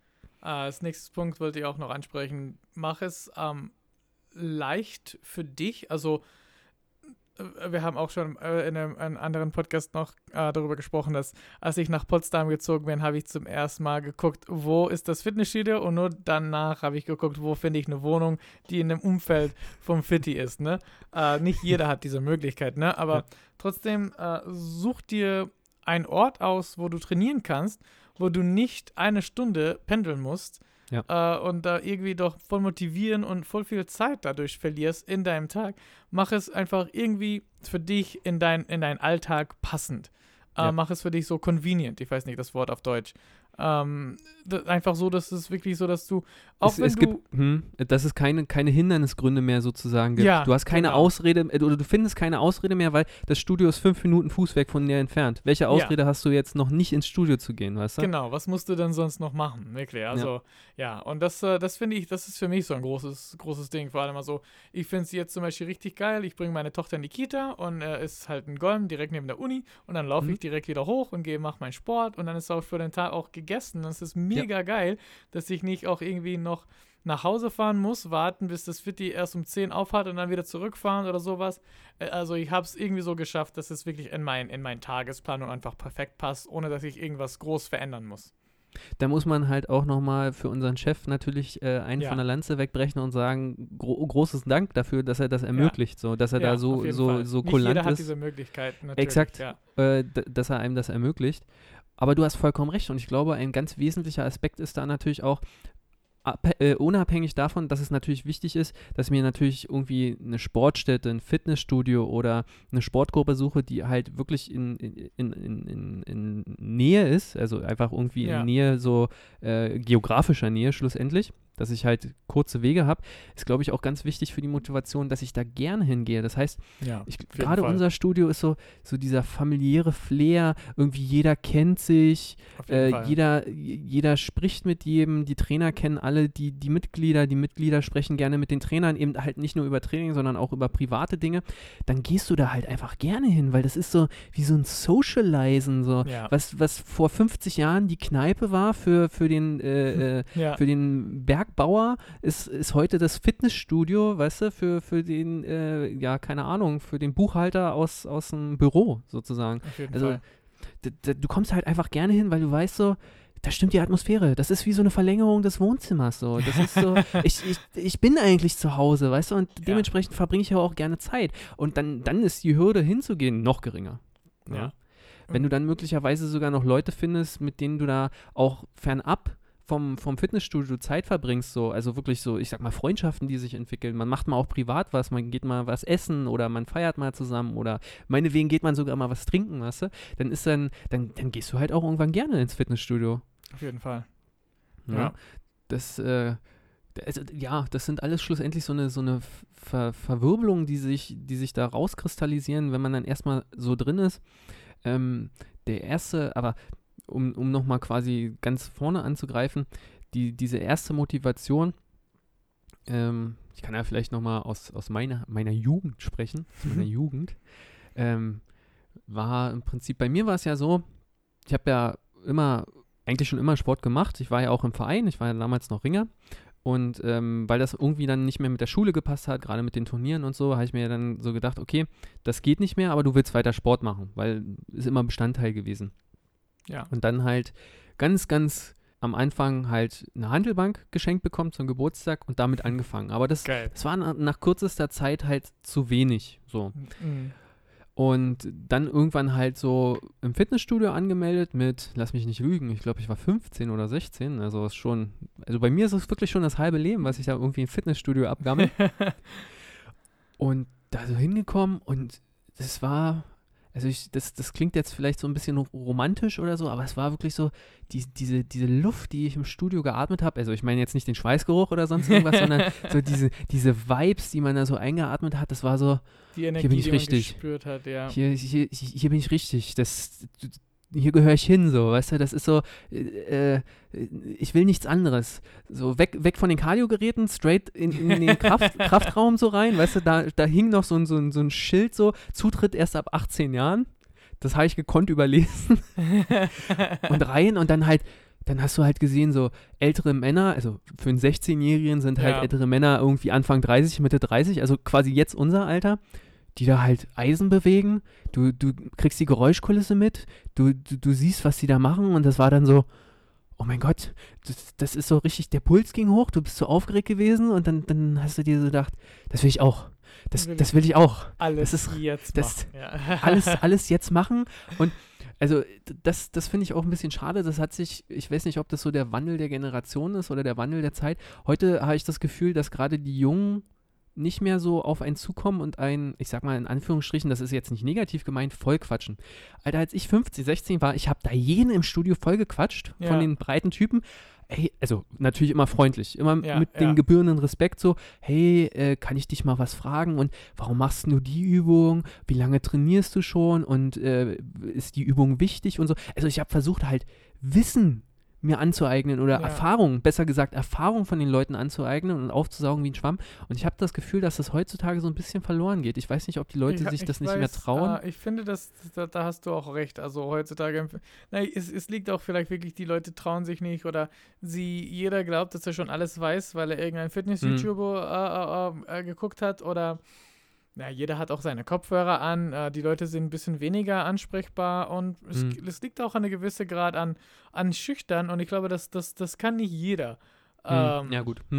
Äh, als nächstes Punkt wollte ich auch noch ansprechen, mach es ähm, leicht für dich, also äh, wir haben auch schon äh, in einem, einem anderen Podcast noch äh, darüber gesprochen, dass als ich nach Potsdam gezogen bin, habe ich zum ersten Mal geguckt, wo ist das Fitnessstudio und nur danach habe ich geguckt, wo finde ich eine Wohnung, die in dem Umfeld vom Fitti ist, ne? Äh, nicht jeder hat diese Möglichkeit, ne? Aber Ja. trotzdem äh, such dir einen Ort aus, wo du trainieren kannst, wo du nicht eine Stunde pendeln musst Ja. äh, und da irgendwie doch voll motivieren und voll viel Zeit dadurch verlierst in deinem Tag. Mach es einfach irgendwie für dich in, dein, in deinen Alltag passend. Äh, Ja. Mach es für dich so convenient, ich weiß nicht das Wort auf Deutsch. Ähm, d- einfach so, dass es wirklich so, dass du, auch es, wenn es du, gibt, hm, dass es keine, keine Hindernisgründe mehr sozusagen gibt. Ja, du hast keine genau. Ausrede, äh, oder du findest keine Ausrede mehr, weil das Studio ist fünf Minuten Fußweg von dir entfernt. Welche Ausrede hast du jetzt noch nicht ins Studio zu gehen, weißt du? genau, was musst du denn sonst noch machen, wirklich, also, ja, und das, äh, das finde ich, das ist für mich so ein großes, großes Ding, vor allem also, ich finde es jetzt zum Beispiel richtig geil, ich bringe meine Tochter in die Kita und äh, ist halt ein Golm direkt neben der Uni und dann laufe Mhm. ich direkt wieder hoch und gehe, mache meinen Sport und dann ist auch für den Tag auch gegessen, das ist mega geil, dass ich nicht auch irgendwie noch nach Hause fahren muss, warten, bis das Fitti erst um zehn aufhat und dann wieder zurückfahren oder sowas. Äh, Also ich habe es irgendwie so geschafft, dass es wirklich in mein, in meinen Tagesplanung einfach perfekt passt, ohne dass ich irgendwas groß verändern muss. Da muss man halt auch nochmal für unseren Chef natürlich äh, einen Ja. von der Lanze wegbrechen und sagen, gro großes Dank dafür, dass er das ermöglicht, so, dass er Ja, da auf so, jeden so, Fall. so Nicht kulant jeder hat ist. diese Möglichkeit, natürlich. Exakt. Ja. äh, d- dass er einem das ermöglicht. Aber du hast vollkommen recht und ich glaube, ein ganz wesentlicher Aspekt ist da natürlich auch, ab- äh, unabhängig davon, dass es natürlich wichtig ist, dass mir natürlich irgendwie eine Sportstätte, ein Fitnessstudio oder eine Sportgruppe suche, die halt wirklich in, in, in, in, in Nähe ist, also einfach irgendwie Ja. in Nähe, so äh, geografischer Nähe schlussendlich. dass ich halt kurze Wege habe, ist, glaube ich, auch ganz wichtig für die Motivation, dass ich da gerne hingehe. Das heißt, Ja, ich, auf jeden gerade Fall. unser Studio ist so, so dieser familiäre Flair, irgendwie jeder kennt sich, Auf jeden äh, Fall. jeder, jeder spricht mit jedem, die Trainer kennen alle die, die Mitglieder, die Mitglieder sprechen gerne mit den Trainern, eben halt nicht nur über Training, sondern auch über private Dinge. Dann gehst du da halt einfach gerne hin, weil das ist so wie so ein Socializen, so, Ja. was, was vor fünfzig Jahren die Kneipe war für, für den äh, äh, Ja. für den Bergbauer, ist, ist heute das Fitnessstudio, weißt du, für, für den, äh, ja, keine Ahnung, für den Buchhalter aus, aus dem Büro sozusagen. Auf jeden Also, Fall. D- d- du kommst halt einfach gerne hin, weil du weißt so, da stimmt die Atmosphäre. Das ist wie so eine Verlängerung des Wohnzimmers. So. Das ist so, ich, ich, ich bin eigentlich zu Hause, weißt du, und Ja. dementsprechend verbringe ich ja auch gerne Zeit. Und dann, dann ist die Hürde hinzugehen noch geringer. Ja. Ja. Wenn du dann möglicherweise sogar noch Leute findest, mit denen du da auch fernab vom, vom Fitnessstudio Zeit verbringst, so, also wirklich so, ich sag mal, Freundschaften, die sich entwickeln. Man macht mal auch privat was, man geht mal was essen oder man feiert mal zusammen oder meinetwegen geht man sogar mal was trinken, weißt du? Dann ist dann, dann, dann gehst du halt auch irgendwann gerne ins Fitnessstudio. Auf jeden Fall. Ja. Ja. Das, äh, also, ja, das sind alles schlussendlich so eine, so eine Ver Verwirbelung, die sich, die sich da rauskristallisieren, wenn man dann erstmal so drin ist. Ähm, der erste, aber um, um nochmal quasi ganz vorne anzugreifen, die, diese erste Motivation, ähm, ich kann ja vielleicht nochmal aus, aus meiner, meiner Jugend sprechen, aus meiner Jugend, ähm, war im Prinzip, bei mir war es ja so, ich habe ja immer, eigentlich schon immer Sport gemacht, ich war ja auch im Verein, ich war ja damals noch Ringer und ähm, weil das irgendwie dann nicht mehr mit der Schule gepasst hat, gerade mit den Turnieren und so, habe ich mir dann so gedacht, okay, das geht nicht mehr, aber du willst weiter Sport machen, weil ist immer Bestandteil gewesen. Ja. Und dann halt ganz, ganz am Anfang halt eine Hantelbank geschenkt bekommen zum Geburtstag und damit angefangen. Aber das, Geil. das war na, nach kürzester Zeit halt zu wenig. So. Mhm. Und dann irgendwann halt so im Fitnessstudio angemeldet mit, lass mich nicht lügen, ich glaube, ich war fünfzehn oder sechzehn. Also ist schon, also bei mir ist es wirklich schon das halbe Leben, was ich da irgendwie im Fitnessstudio abgammel. Und da so hingekommen und das war, also ich, das, das klingt jetzt vielleicht so ein bisschen romantisch oder so, aber es war wirklich so, die, diese, diese Luft, die ich im Studio geatmet habe, also ich meine jetzt nicht den Schweißgeruch oder sonst irgendwas, sondern so diese, diese Vibes, die man da so eingeatmet hat, das war so, Die Energie, Hier bin ich die richtig. man gespürt hat, ja. hier, hier, hier bin ich richtig, das, hier gehöre ich hin, so, weißt du, das ist so, äh, ich will nichts anderes. So weg, weg von den Cardio-Geräten, straight in, in den Kraft, Kraftraum so rein, weißt du, da, da hing noch so ein, so, ein, so ein Schild so, Zutritt erst ab achtzehn Jahren. Das habe ich gekonnt überlesen. Und rein und dann halt, dann hast du halt gesehen, so ältere Männer, also für einen sechzehnjährigen sind halt Ja. ältere Männer irgendwie Anfang dreißig, Mitte dreißig, also quasi jetzt unser Alter, die da halt Eisen bewegen. Du, du kriegst die Geräuschkulisse mit, du, du, du siehst, was die da machen und das war dann so, oh mein Gott, das, das ist so richtig, der Puls ging hoch, du bist so aufgeregt gewesen und dann, dann hast du dir so gedacht, das will ich auch. Das, Will das will ich auch. Alles Das ist- jetzt das- machen. Ja. Alles, alles jetzt machen. Und also d- das, das finde ich auch ein bisschen schade. Das hat sich, ich weiß nicht, ob das so der Wandel der Generation ist oder der Wandel der Zeit. Heute habe ich das Gefühl, dass gerade die Jungen nicht mehr so auf einen zukommen und ein, ich sag mal in Anführungsstrichen, das ist jetzt nicht negativ gemeint, vollquatschen. Alter, als ich fünfzehn, sechzehn war, ich habe da jeden im Studio voll gequatscht Ja. von den breiten Typen. Ey, also natürlich immer freundlich, immer Ja, mit ja. dem gebührenden Respekt so, hey, äh, kann ich dich mal was fragen und warum machst du die Übung, wie lange trainierst du schon und äh, ist die Übung wichtig und so. Also ich habe versucht halt Wissen mir anzueignen oder Ja. Erfahrung, besser gesagt Erfahrung von den Leuten anzueignen und aufzusaugen wie ein Schwamm. Und ich habe das Gefühl, dass das heutzutage so ein bisschen verloren geht. Ich weiß nicht, ob die Leute Ich- sich ich das nicht weiß, mehr trauen. Äh, ich finde, das, da, da hast du auch recht. Also heutzutage, na, es, es liegt auch vielleicht wirklich, die Leute trauen sich nicht oder sie, jeder glaubt, dass er schon alles weiß, weil er irgendein Fitness-YouTuber äh, äh, äh, geguckt hat oder ja, jeder hat auch seine Kopfhörer an, äh, die Leute sind ein bisschen weniger ansprechbar und es, Mhm. es liegt auch eine gewisse Grad an, an Schüchtern und ich glaube, das, das, das kann nicht jeder. Hm, Ähm, ja, gut. Hm.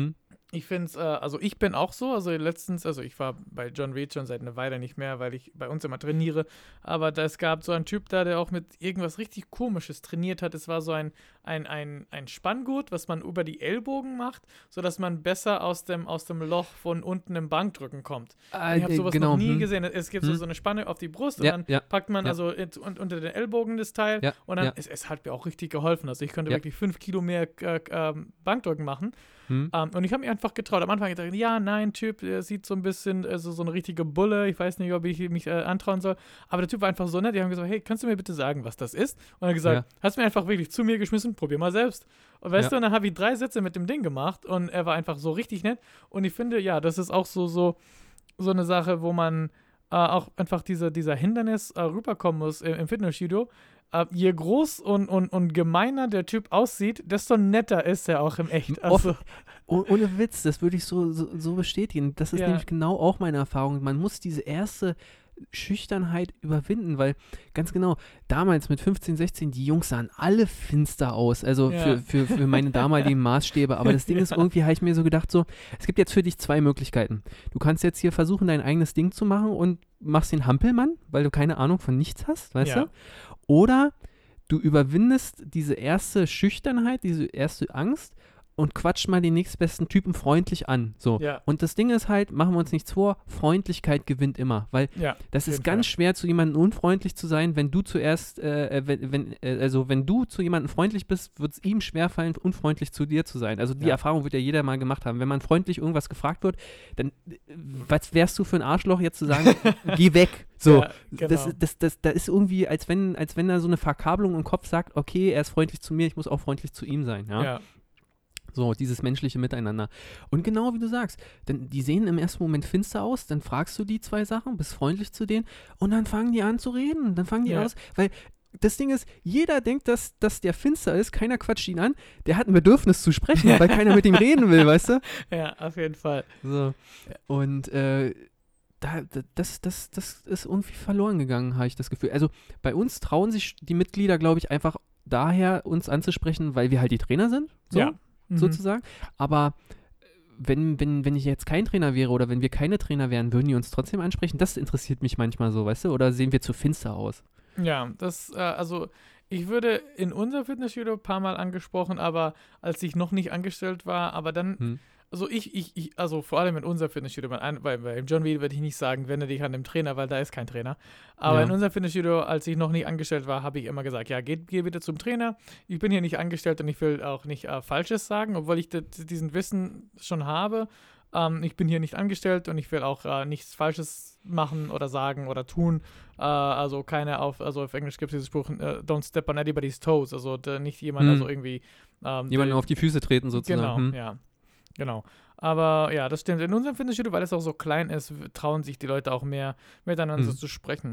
Ich finde es, äh, also ich bin auch so, also letztens, also ich war bei John Reed schon seit einer Weile nicht mehr, weil ich bei uns immer trainiere, aber da, es gab so einen Typ da, der auch mit irgendwas richtig Komisches trainiert hat. Es war so ein, ein, ein, ein Spanngurt, was man über die Ellbogen macht, sodass man besser aus dem, aus dem Loch von unten im Bankdrücken kommt. Ah, ich habe sowas genau. noch nie hm. gesehen. Es gibt Hm. so, so eine Spanne auf die Brust Ja, und dann ja, packt man ja. also in, und, unter den Ellbogen das Teil Ja, und dann, ja. es, es hat mir auch richtig geholfen. Also ich konnte Ja. wirklich fünf Kilo mehr äh, äh, Bankdrücken machen. Hm. Um, und ich habe mich einfach getraut. Am Anfang habe ich gedacht, ja, nein, Typ, der sieht so ein bisschen, also so eine richtige Bulle. Ich weiß nicht, ob ich mich äh, antrauen soll. Aber der Typ war einfach so nett. Die haben gesagt, hey, kannst du mir bitte sagen, was das ist? Und er hat gesagt, Ja. hast mir einfach wirklich zu mir geschmissen, probier mal selbst. Und weißt Ja. du, und dann habe ich drei Sätze mit dem Ding gemacht und er war einfach so richtig nett. Und ich finde, ja, das ist auch so, so, so eine Sache, wo man äh, auch einfach diese, dieser Hindernis äh, rüberkommen muss im, im Fitnessstudio. Uh, je groß und, und, und gemeiner der Typ aussieht, desto netter ist er auch im Echt. Also, Oh, ohne Witz, das würde ich so, so, so bestätigen. Das ist Ja. nämlich genau auch meine Erfahrung. Man muss diese erste Schüchternheit überwinden, weil ganz genau, damals mit fünfzehn, sechzehn, die Jungs sahen alle finster aus, also Ja. für, für, für meine damaligen Maßstäbe. Aber das Ding ist, Ja. irgendwie habe ich mir so gedacht, so, es gibt jetzt für dich zwei Möglichkeiten. Du kannst jetzt hier versuchen, dein eigenes Ding zu machen und machst den Hampelmann, weil du keine Ahnung von nichts hast, weißt Ja. du? Oder du überwindest diese erste Schüchternheit, diese erste Angst und quatsch mal den nächstbesten Typen freundlich an. So. Ja. Und das Ding ist halt, machen wir uns nichts vor, Freundlichkeit gewinnt immer. Weil ja, das auf ist jeden ganz Fall. schwer, zu jemandem unfreundlich zu sein, wenn du zuerst, äh, wenn, wenn, äh, also wenn du zu jemandem freundlich bist, wird es ihm schwerfallen, unfreundlich zu dir zu sein. Also die Ja. Erfahrung wird ja jeder mal gemacht haben. Wenn man freundlich irgendwas gefragt wird, dann äh, was wärst du für ein Arschloch, jetzt zu sagen, geh weg. So, Ja, genau. das, das, das, da ist irgendwie, als wenn, als wenn da so eine Verkabelung im Kopf sagt, okay, er ist freundlich zu mir, ich muss auch freundlich zu ihm sein. Ja? ja. So, dieses menschliche Miteinander. Und genau wie du sagst, denn die sehen im ersten Moment finster aus, dann fragst du die zwei Sachen, bist freundlich zu denen und dann fangen die an zu reden. Dann fangen die Ja. aus, weil das Ding ist, jeder denkt, dass, dass der finster ist, keiner quatscht ihn an, der hat ein Bedürfnis zu sprechen, weil keiner mit ihm reden will, weißt du? Ja, auf jeden Fall. So. Und äh, da, da- das, das, das ist irgendwie verloren gegangen, habe ich das Gefühl. Also bei uns trauen sich die Mitglieder, glaube ich, einfach daher, uns anzusprechen, weil wir halt die Trainer sind. So. Ja. Mhm. Sozusagen. Aber äh, wenn, wenn, wenn ich jetzt kein Trainer wäre oder wenn wir keine Trainer wären, würden die uns trotzdem ansprechen? Das interessiert mich manchmal so, weißt du? Oder sehen wir zu finster aus? Ja, das, äh, also ich würde in unser Fitnessstudio ein paar Mal angesprochen, aber als ich noch nicht angestellt war, aber dann, Hm. also ich, ich, ich, also vor allem in unser Fitnessstudio, bei, bei, bei John Reed würde ich nicht sagen, wende dich an den Trainer, weil da ist kein Trainer. Aber Ja. in unserem Fitnessstudio, als ich noch nicht angestellt war, habe ich immer gesagt, ja, geh, geh bitte zum Trainer. Ich bin hier nicht angestellt und ich will auch nicht äh, Falsches sagen, obwohl ich d- diesen Wissen schon habe. Ähm, ich bin hier nicht angestellt und ich will auch äh, nichts Falsches machen oder sagen oder tun. Äh, also keine auf, also auf Englisch gibt es diesen Spruch, äh, don't step on anybody's toes. Also da nicht jemand, Hm. also irgendwie ähm, Jemanden der- auf die Füße treten sozusagen. Genau, Hm. ja. Genau. Aber ja, das stimmt. In unserem Fitnessstudio, weil es auch so klein ist, w- trauen sich die Leute auch mehr miteinander Mhm. zu sprechen.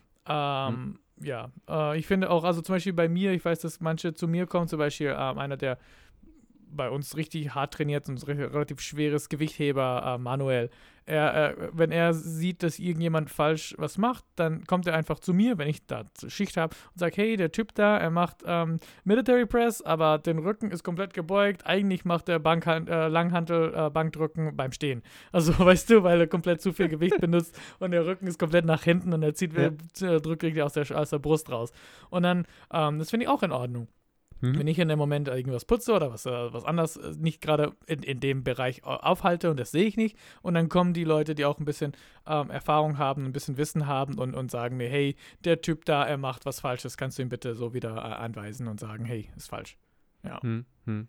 Ähm, Ja, äh, ich finde auch, also zum Beispiel bei mir, ich weiß, dass manche zu mir kommen, zum Beispiel ähm, einer, der bei uns richtig hart trainiert und re- relativ schweres Gewichtheber, äh, Manuel. Er, äh, wenn er sieht, dass irgendjemand falsch was macht, dann kommt er einfach zu mir, wenn ich da Schicht habe und sagt, hey, der Typ da, er macht ähm, Military Press, aber den Rücken ist komplett gebeugt. Eigentlich macht er Bankhand, äh, Langhantel, äh, Bankdrücken beim Stehen. Also, weißt du, weil er komplett zu viel Gewicht benutzt und der Rücken ist komplett nach hinten und er zieht, Ja. äh, drückt richtig aus der, aus der Brust raus. Und dann, ähm, das finde ich auch in Ordnung. Mhm. Wenn ich in dem Moment irgendwas putze oder was, äh, was anderes äh, nicht gerade in, in dem Bereich au- aufhalte und das sehe ich nicht und dann kommen die Leute, die auch ein bisschen ähm, Erfahrung haben, ein bisschen Wissen haben und, und sagen mir, hey, der Typ da, er macht was Falsches, kannst du ihm bitte so wieder äh, anweisen und sagen, hey, ist falsch. Ja. Hm, hm.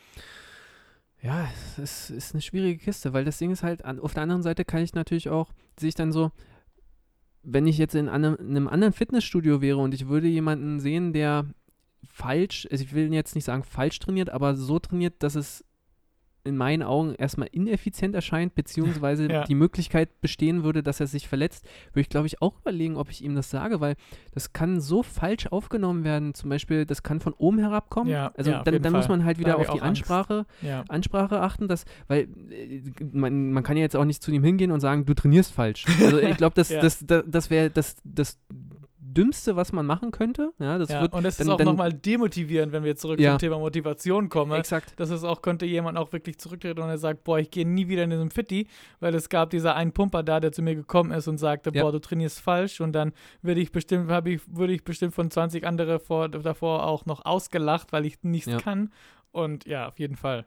Ja, es ist, ist eine schwierige Kiste, weil das Ding ist halt, an, auf der anderen Seite kann ich natürlich auch, sehe ich dann so, wenn ich jetzt in einem, in einem anderen Fitnessstudio wäre und ich würde jemanden sehen, der falsch, also ich will jetzt nicht sagen falsch trainiert, aber so trainiert, dass es in meinen Augen erstmal ineffizient erscheint, beziehungsweise Ja. die Möglichkeit bestehen würde, dass er sich verletzt, würde ich, glaube ich, auch überlegen, ob ich ihm das sage, weil das kann so falsch aufgenommen werden. Zum Beispiel, das kann von oben herabkommen. Ja, also ja, auf dann, jeden dann muss Fall. man halt Da wieder habe ich auf die auch Angst. Ansprache, Ja. Ansprache achten, dass, weil äh, man, man kann ja jetzt auch nicht zu ihm hingehen und sagen, du trainierst falsch. Also ich glaube, das, Ja. das, das, das wäre das, das Dümmste, was man machen könnte. Ja, das ja, wird und es dann, ist auch dann, nochmal demotivierend, wenn wir zurück ja, zum Thema Motivation kommen. Exakt. Das ist auch, könnte jemand auch wirklich zurücktreten und er sagt, boah, ich gehe nie wieder in diesem Fitti, weil es gab dieser einen Pumper da, der zu mir gekommen ist und sagte, Ja. boah, du trainierst falsch und dann würde ich bestimmt, habe ich, würde ich bestimmt von zwanzig andere vor, davor auch noch ausgelacht, weil ich nichts Ja. kann. Und ja, auf jeden Fall.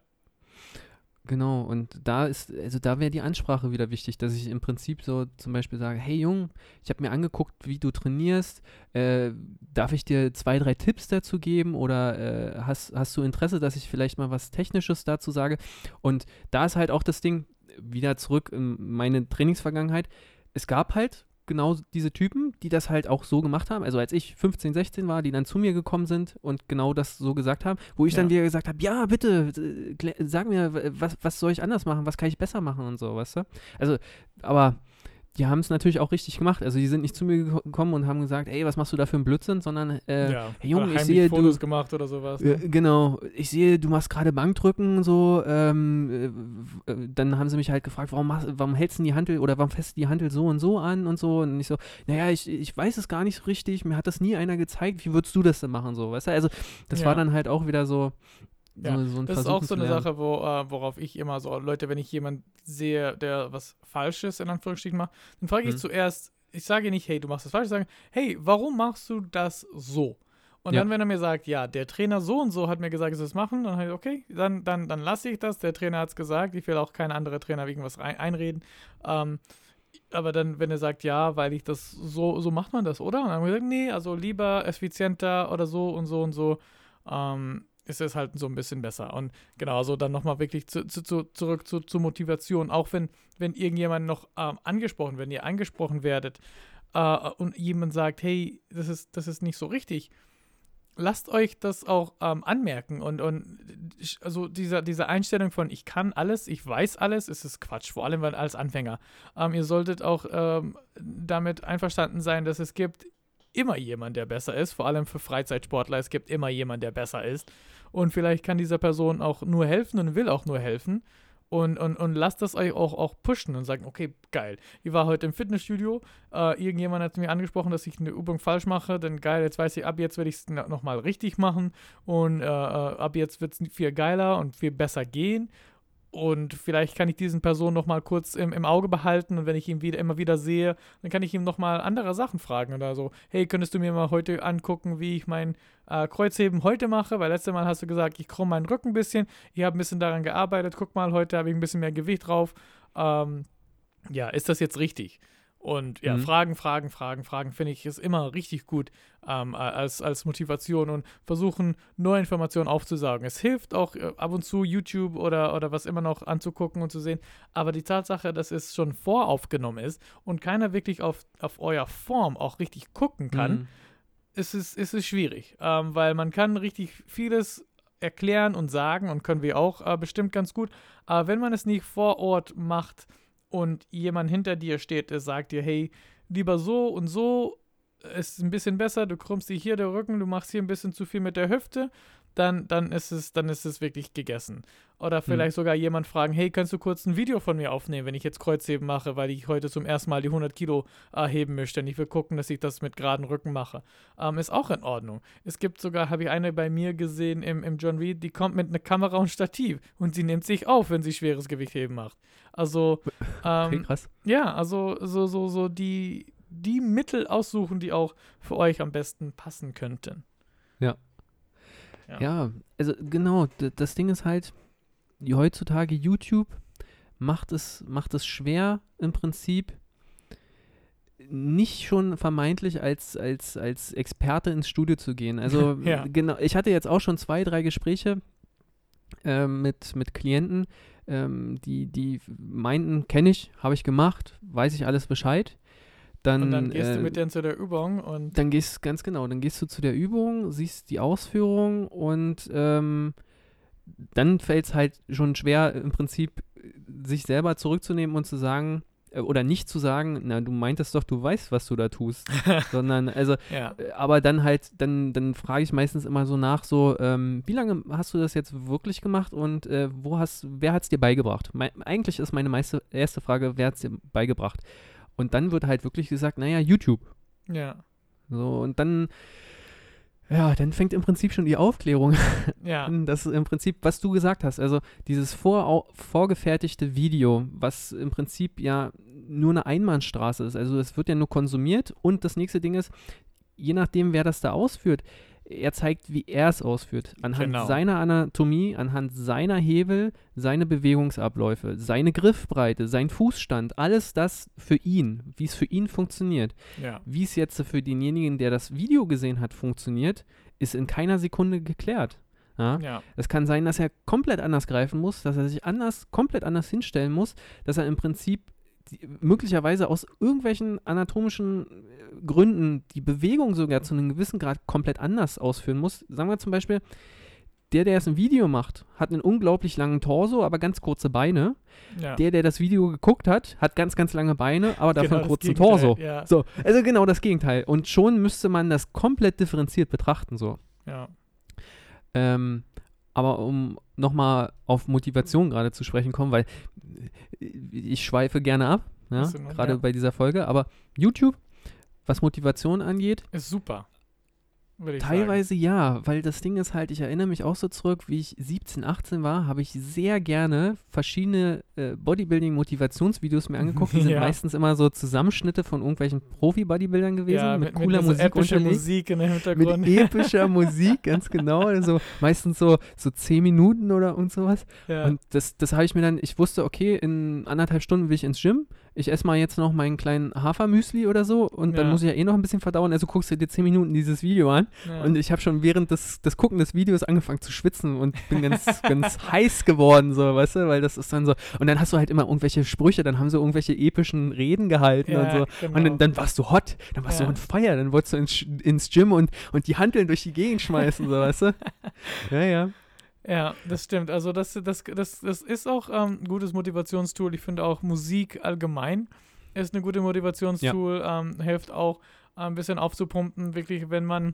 Genau, und da ist, also da wäre die Ansprache wieder wichtig, dass ich im Prinzip so zum Beispiel sage, hey Jung, ich habe mir angeguckt, wie du trainierst, äh, darf ich dir zwei, drei Tipps dazu geben oder äh, hast, hast du Interesse, dass ich vielleicht mal was Technisches dazu sage? Und da ist halt auch das Ding, wieder zurück in meine Trainingsvergangenheit, es gab halt genau diese Typen, die das halt auch so gemacht haben. Also als ich fünfzehn, sechzehn war, die dann zu mir gekommen sind und genau das so gesagt haben, wo ich Ja. dann wieder gesagt habe, ja, bitte, äh, klä- sag mir, w- was, was soll ich anders machen, was kann ich besser machen und so, weißt du? Also, aber die haben es natürlich auch richtig gemacht. Also die sind nicht zu mir geko- gekommen und haben gesagt, ey, was machst du da für einen Blödsinn, sondern, äh, ja. hey Junge, Oder ich heimlich sehe, Fotos du, gemacht oder sowas. äh, Ne? genau, ich sehe, du machst gerade Bankdrücken so, ähm, äh, w- äh, dann haben sie mich halt gefragt, warum, machst, warum hältst du die Hantel oder warum fässt du die Hantel so und so an und so und ich so, naja, ich, ich weiß es gar nicht so richtig, mir hat das nie einer gezeigt, wie würdest du das denn machen, so, weißt du, also das Ja. war dann halt auch wieder so, so, Ja, so ein das ist Versuchen auch so zu eine lernen. Sache, wo, äh, worauf ich immer so, Leute, wenn ich jemanden sehe, der was Falsches in Anführungsstrichen macht, dann frage ich Mhm. zuerst, ich sage nicht, hey, du machst das falsch, ich sage, hey, warum machst du das so? Und Ja. dann, wenn er mir sagt, ja, der Trainer so und so hat mir gesagt, ich soll das machen, dann halt, okay, dann, dann, dann lasse ich das, der Trainer hat es gesagt, ich will auch kein anderer Trainer irgendwas rein, einreden. Ähm, aber dann, wenn er sagt, ja, weil ich das so, so macht man das, oder? Und dann haben wir gesagt, nee, also lieber effizienter oder so und so und so, ähm, ist es halt so ein bisschen besser. Und genau, also dann nochmal wirklich zu, zu, zu, zurück zu, zur Motivation. Auch wenn, wenn irgendjemand noch ähm, angesprochen, wenn ihr angesprochen werdet äh, und jemand sagt, hey, das ist, das ist nicht so richtig, lasst euch das auch ähm, anmerken. Und, und ich- also diese, diese Einstellung von ich kann alles, ich weiß alles, ist es Quatsch, vor allem weil als Anfänger. Ähm, ihr solltet auch ähm, damit einverstanden sein, dass es gibt immer jemand, der besser ist, vor allem für Freizeitsportler, es gibt immer jemand, der besser ist. Und vielleicht kann dieser Person auch nur helfen und will auch nur helfen. Und, und, und lasst das euch auch, auch pushen und sagen, okay, geil. Ich war heute im Fitnessstudio, äh, irgendjemand hat mir angesprochen, dass ich eine Übung falsch mache, dann geil, jetzt weiß ich, ab jetzt werde ich es nochmal richtig machen und äh, äh, ab jetzt wird es viel geiler und viel besser gehen. Und vielleicht kann ich diesen Person noch mal kurz im, im Auge behalten und wenn ich ihn wieder, immer wieder sehe, dann kann ich ihm noch mal andere Sachen fragen oder so. Hey, könntest du mir mal heute angucken, wie ich mein äh, Kreuzheben heute mache? Weil letztes Mal hast du gesagt, ich krumme meinen Rücken ein bisschen. Ich habe ein bisschen daran gearbeitet. Guck mal, heute habe ich ein bisschen mehr Gewicht drauf. Ähm, ja, ist das jetzt richtig? Und ja, Mhm. Fragen, Fragen, Fragen, Fragen finde ich ist immer richtig gut ähm, als, als Motivation und versuchen, neue Informationen aufzusaugen. Es hilft auch äh, ab und zu YouTube oder, oder was immer noch anzugucken und zu sehen, aber die Tatsache, dass es schon voraufgenommen ist und keiner wirklich auf, auf euer Form auch richtig gucken kann, Mhm. ist es, ist es schwierig, ähm, weil man kann richtig vieles erklären und sagen und können wir auch äh, bestimmt ganz gut, aber wenn man es nicht vor Ort macht und jemand hinter dir steht, der sagt dir, hey, lieber so und so, ist ein bisschen besser, du krummst dir hier der Rücken, du machst hier ein bisschen zu viel mit der Hüfte, dann, dann ist es, dann ist es wirklich gegessen. Oder vielleicht sogar jemand fragen, hey, kannst du kurz ein Video von mir aufnehmen, wenn ich jetzt Kreuzheben mache, weil ich heute zum ersten Mal die hundert Kilo äh, heben möchte und ich will gucken, dass ich das mit geraden Rücken mache. Ähm, ist auch in Ordnung. Es gibt sogar, habe ich eine bei mir gesehen im, im John Reed, die kommt mit einer Kamera und Stativ und sie nimmt sich auf, wenn sie schweres Gewichtheben macht. Also, Okay, ähm, krass. ja, also so, so, so die, die Mittel aussuchen, die auch für euch am besten passen könnten. Ja. Ja, also genau, d- das Ding ist halt, die heutzutage YouTube macht es, macht es schwer im Prinzip, nicht schon vermeintlich als, als, als Experte ins Studio zu gehen. Also Ja. genau, ich hatte jetzt auch schon zwei, drei Gespräche ähm, mit, mit Klienten, ähm, die, die meinten, kenne ich, habe ich gemacht, weiß ich alles Bescheid. Dann, Und dann gehst äh, du mit denen zu der Übung und dann gehst ganz genau, dann gehst du zu der Übung, siehst die Ausführung und ähm, dann fällt es halt schon schwer, im Prinzip sich selber zurückzunehmen und zu sagen, äh, oder nicht zu sagen, na, du meintest doch, du weißt, was du da tust, sondern, also, ja. äh, aber dann halt, dann, dann frage ich meistens immer so nach, so, ähm, wie lange hast du das jetzt wirklich gemacht und äh, wo hast, wer hat es dir beigebracht? Me eigentlich ist meine meiste, erste Frage, wer hat es dir beigebracht? Und dann wird halt wirklich gesagt, naja, YouTube. Ja. So, und dann, ja, dann fängt im Prinzip schon die Aufklärung Ja. an. Das ist im Prinzip, was du gesagt hast, also dieses vorau- vorgefertigte Video, was im Prinzip ja nur eine Einbahnstraße ist. Also es wird ja nur konsumiert und das nächste Ding ist, je nachdem, wer das da ausführt, er zeigt, wie er es ausführt. Anhand Genau. seiner Anatomie, anhand seiner Hebel, seine Bewegungsabläufe, seine Griffbreite, sein Fußstand, alles das für ihn, wie es für ihn funktioniert. Ja. Wie es jetzt für denjenigen, der das Video gesehen hat, funktioniert, ist in keiner Sekunde geklärt. Ja? Ja. Es kann sein, dass er komplett anders greifen muss, dass er sich anders, komplett anders hinstellen muss, dass er im Prinzip die, möglicherweise aus irgendwelchen anatomischen äh, Gründen die Bewegung sogar zu einem gewissen Grad komplett anders ausführen muss. Sagen wir zum Beispiel, der, der es im Video macht, hat einen unglaublich langen Torso, aber ganz kurze Beine. Ja. Der, der das Video geguckt hat, hat ganz, ganz lange Beine, aber dafür Genau einen das kurzen Gegenteil, Torso. Ja. So, also genau das Gegenteil. Und schon müsste man das komplett differenziert betrachten, so. Ja. Ähm, aber um nochmal auf Motivation gerade zu sprechen kommen, weil ich schweife gerne ab, ja, Ist in Ordnung, gerade ja. bei dieser Folge, aber YouTube, was Motivation angeht, Ist super. Würde ich teilweise ja, weil das Ding ist halt, ich erinnere mich auch so zurück, wie ich siebzehn, achtzehn war, habe ich sehr gerne verschiedene äh, Bodybuilding-Motivationsvideos mir angeguckt. Die sind Ja. meistens immer so Zusammenschnitte von irgendwelchen Profi-Bodybuildern gewesen, sagen. Ja, mit, mit, cooler mit so Musik epischer unterlegt. Musik im Mit Hintergrund. epischer Musik, ganz genau. Also meistens so, so zehn Minuten oder und sowas. Ja. Und das, das habe ich mir dann, ich wusste, okay, in anderthalb Stunden will ich ins Gym. Ich esse mal jetzt noch meinen kleinen Hafermüsli oder so und dann Ja. muss ich ja eh noch ein bisschen verdauen. Also guckst du dir zehn Minuten dieses Video an. Ja. Und ich habe schon während des, des Gucken des Videos angefangen zu schwitzen und bin ganz, ganz heiß geworden, so, weißt du, weil das ist dann so. Und dann hast du halt immer irgendwelche Sprüche, dann haben sie irgendwelche epischen Reden gehalten Ja, und so. genau. Und dann, dann warst du hot, dann warst Ja. du on fire, dann wolltest du ins, ins Gym und, und die Hanteln durch die Gegend schmeißen, so, weißt du? Ja, ja. Ja, das stimmt. Also das, das, das, das ist auch ähm, ein gutes Motivationstool. Ich finde auch Musik allgemein ist eine gute Motivationstool. Ähm, hilft auch äh, ein bisschen aufzupumpen, wirklich, wenn man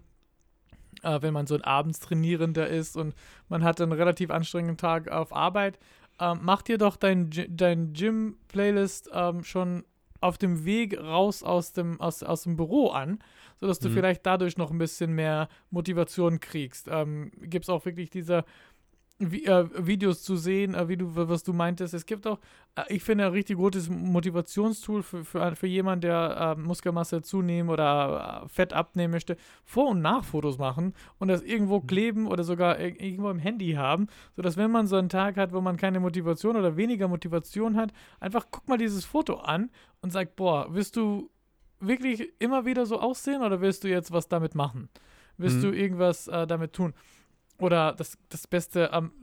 äh, wenn man so ein Abendstrainierender ist und man hat einen relativ anstrengenden Tag auf Arbeit. Ähm, mach dir doch dein, Gy- dein Gym-Playlist ähm, schon auf dem Weg raus aus dem, aus, aus dem Büro an, sodass du Mhm. vielleicht dadurch noch ein bisschen mehr Motivation kriegst. Ähm, Gibt es auch wirklich diese Vi äh, Videos zu sehen, äh, wie du, was du meintest. Es gibt auch, äh, ich finde, ein richtig gutes Motivationstool für, für, für jemanden, der äh, Muskelmasse zunehmen oder äh, Fett abnehmen möchte, Vor- und Nachfotos machen und das irgendwo kleben oder sogar ir- irgendwo im Handy haben, sodass, wenn man so einen Tag hat, wo man keine Motivation oder weniger Motivation hat, einfach guck mal dieses Foto an und sag, boah, willst du wirklich immer wieder so aussehen oder willst du jetzt was damit machen? Willst Mhm. du irgendwas äh, damit tun? Oder das, das Beste, am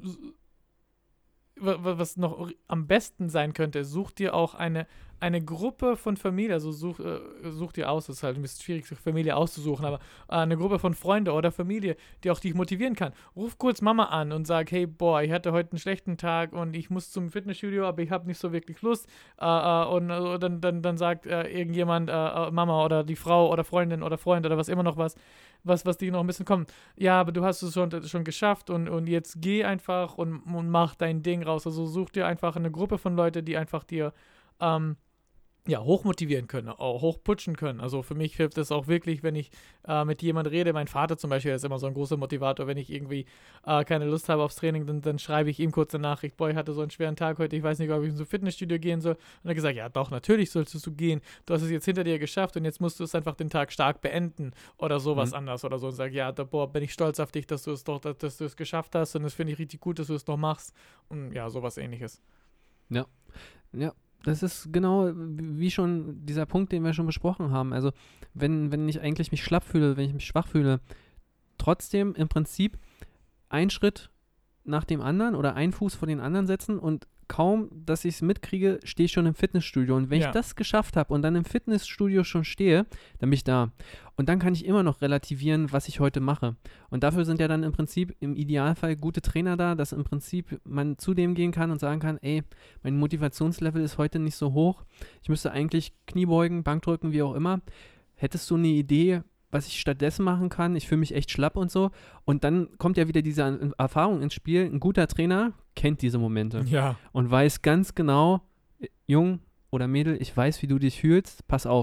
wa- wa- was noch am besten sein könnte, such dir auch eine, eine Gruppe von Familie, also such, äh, such dir aus, das ist halt ein bisschen schwierig, Familie auszusuchen, aber äh, eine Gruppe von Freunden oder Familie, die auch dich motivieren kann. Ruf kurz Mama an und sag, hey, boah, ich hatte heute einen schlechten Tag und ich muss zum Fitnessstudio, aber ich habe nicht so wirklich Lust. Äh, äh, und äh, dann, dann, dann sagt äh, irgendjemand, äh, äh, Mama oder die Frau oder Freundin oder Freund oder was immer noch was, was, was die noch ein bisschen kommen. Ja, aber du hast es schon, schon geschafft und, und jetzt geh einfach und, und mach dein Ding raus. Also such dir einfach eine Gruppe von Leuten, die einfach dir ähm, ja, hochmotivieren können, auch hochputschen können. Also für mich hilft es auch wirklich, wenn ich äh, mit jemandem rede. Mein Vater zum Beispiel ist immer so ein großer Motivator. Wenn ich irgendwie äh, keine Lust habe aufs Training, dann, dann schreibe ich ihm kurz eine Nachricht. Boah, ich hatte so einen schweren Tag heute, ich weiß nicht, ob ich ins Fitnessstudio gehen soll. Und er hat gesagt, ja doch, natürlich solltest du gehen. Du hast es jetzt hinter dir geschafft und jetzt musst du es einfach den Tag stark beenden oder sowas Mhm. anders oder so. Und sage, ja, da, boah, bin ich stolz auf dich, dass du es doch, dass, dass du es geschafft hast und das finde ich richtig gut, dass du es noch machst. Und ja, sowas ähnliches. Ja, das ist genau wie schon dieser Punkt, den wir schon besprochen haben. Also wenn, wenn ich eigentlich mich schlapp fühle, wenn ich mich schwach fühle, trotzdem im Prinzip ein Schritt nach dem anderen oder ein Fuß vor den anderen setzen und kaum, dass ich es mitkriege, stehe ich schon im Fitnessstudio. Und wenn Ja. ich das geschafft habe und dann im Fitnessstudio schon stehe, dann bin ich da. Und dann kann ich immer noch relativieren, was ich heute mache. Und dafür sind ja dann im Prinzip im Idealfall gute Trainer da, dass im Prinzip man zu dem gehen kann und sagen kann, ey, mein Motivationslevel ist heute nicht so hoch. Ich müsste eigentlich Kniebeugen, Bankdrücken, wie auch immer. Hättest du eine Idee, was ich stattdessen machen kann? Ich fühle mich echt schlapp und so. Und dann kommt ja wieder diese An- Erfahrung ins Spiel. Ein guter Trainer kennt diese Momente Ja. und weiß ganz genau, Jung oder Mädel, ich weiß, wie du dich fühlst, pass auf,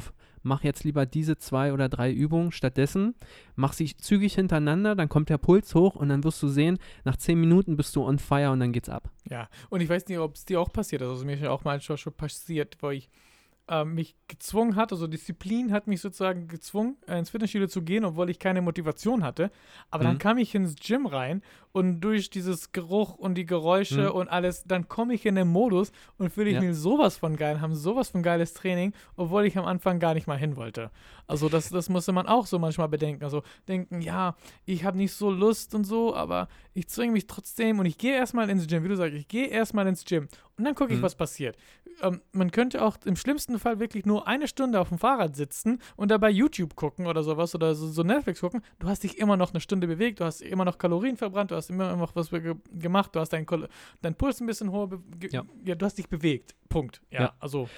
mach jetzt lieber diese zwei oder drei Übungen stattdessen, mach sie zügig hintereinander, dann kommt der Puls hoch und dann wirst du sehen, nach zehn Minuten bist du on fire und dann geht's ab. Ja, und ich weiß nicht, ob es dir auch passiert ist, also mir ist ja auch manchmal schon passiert, wo ich äh, mich gezwungen hat, also Disziplin hat mich sozusagen gezwungen, äh, ins Fitnessstudio zu gehen, obwohl ich keine Motivation hatte. Aber Mhm. dann kam ich ins Gym rein und durch dieses Geruch und die Geräusche Mhm. und alles, dann komme ich in den Modus und fühle ich Ja. mich sowas von geil, haben sowas von geiles Training, obwohl ich am Anfang gar nicht mal hin wollte. Also das, das musste man auch so manchmal bedenken. Also denken, ja, ich habe nicht so Lust und so, aber ich zwinge mich trotzdem und ich gehe erstmal ins Gym, wie du sagst, ich gehe erstmal ins Gym und dann gucke ich, Mhm. was passiert. Ähm, man könnte auch im schlimmsten Fall wirklich nur eine Stunde auf dem Fahrrad sitzen und dabei YouTube gucken oder sowas oder so, so Netflix gucken. Du hast dich immer noch eine Stunde bewegt, du hast immer noch Kalorien verbrannt, du hast immer noch was ge gemacht, du hast deinen dein Puls ein bisschen hoch, Ja. ja, du hast dich bewegt. Punkt. Ja, Ja. also.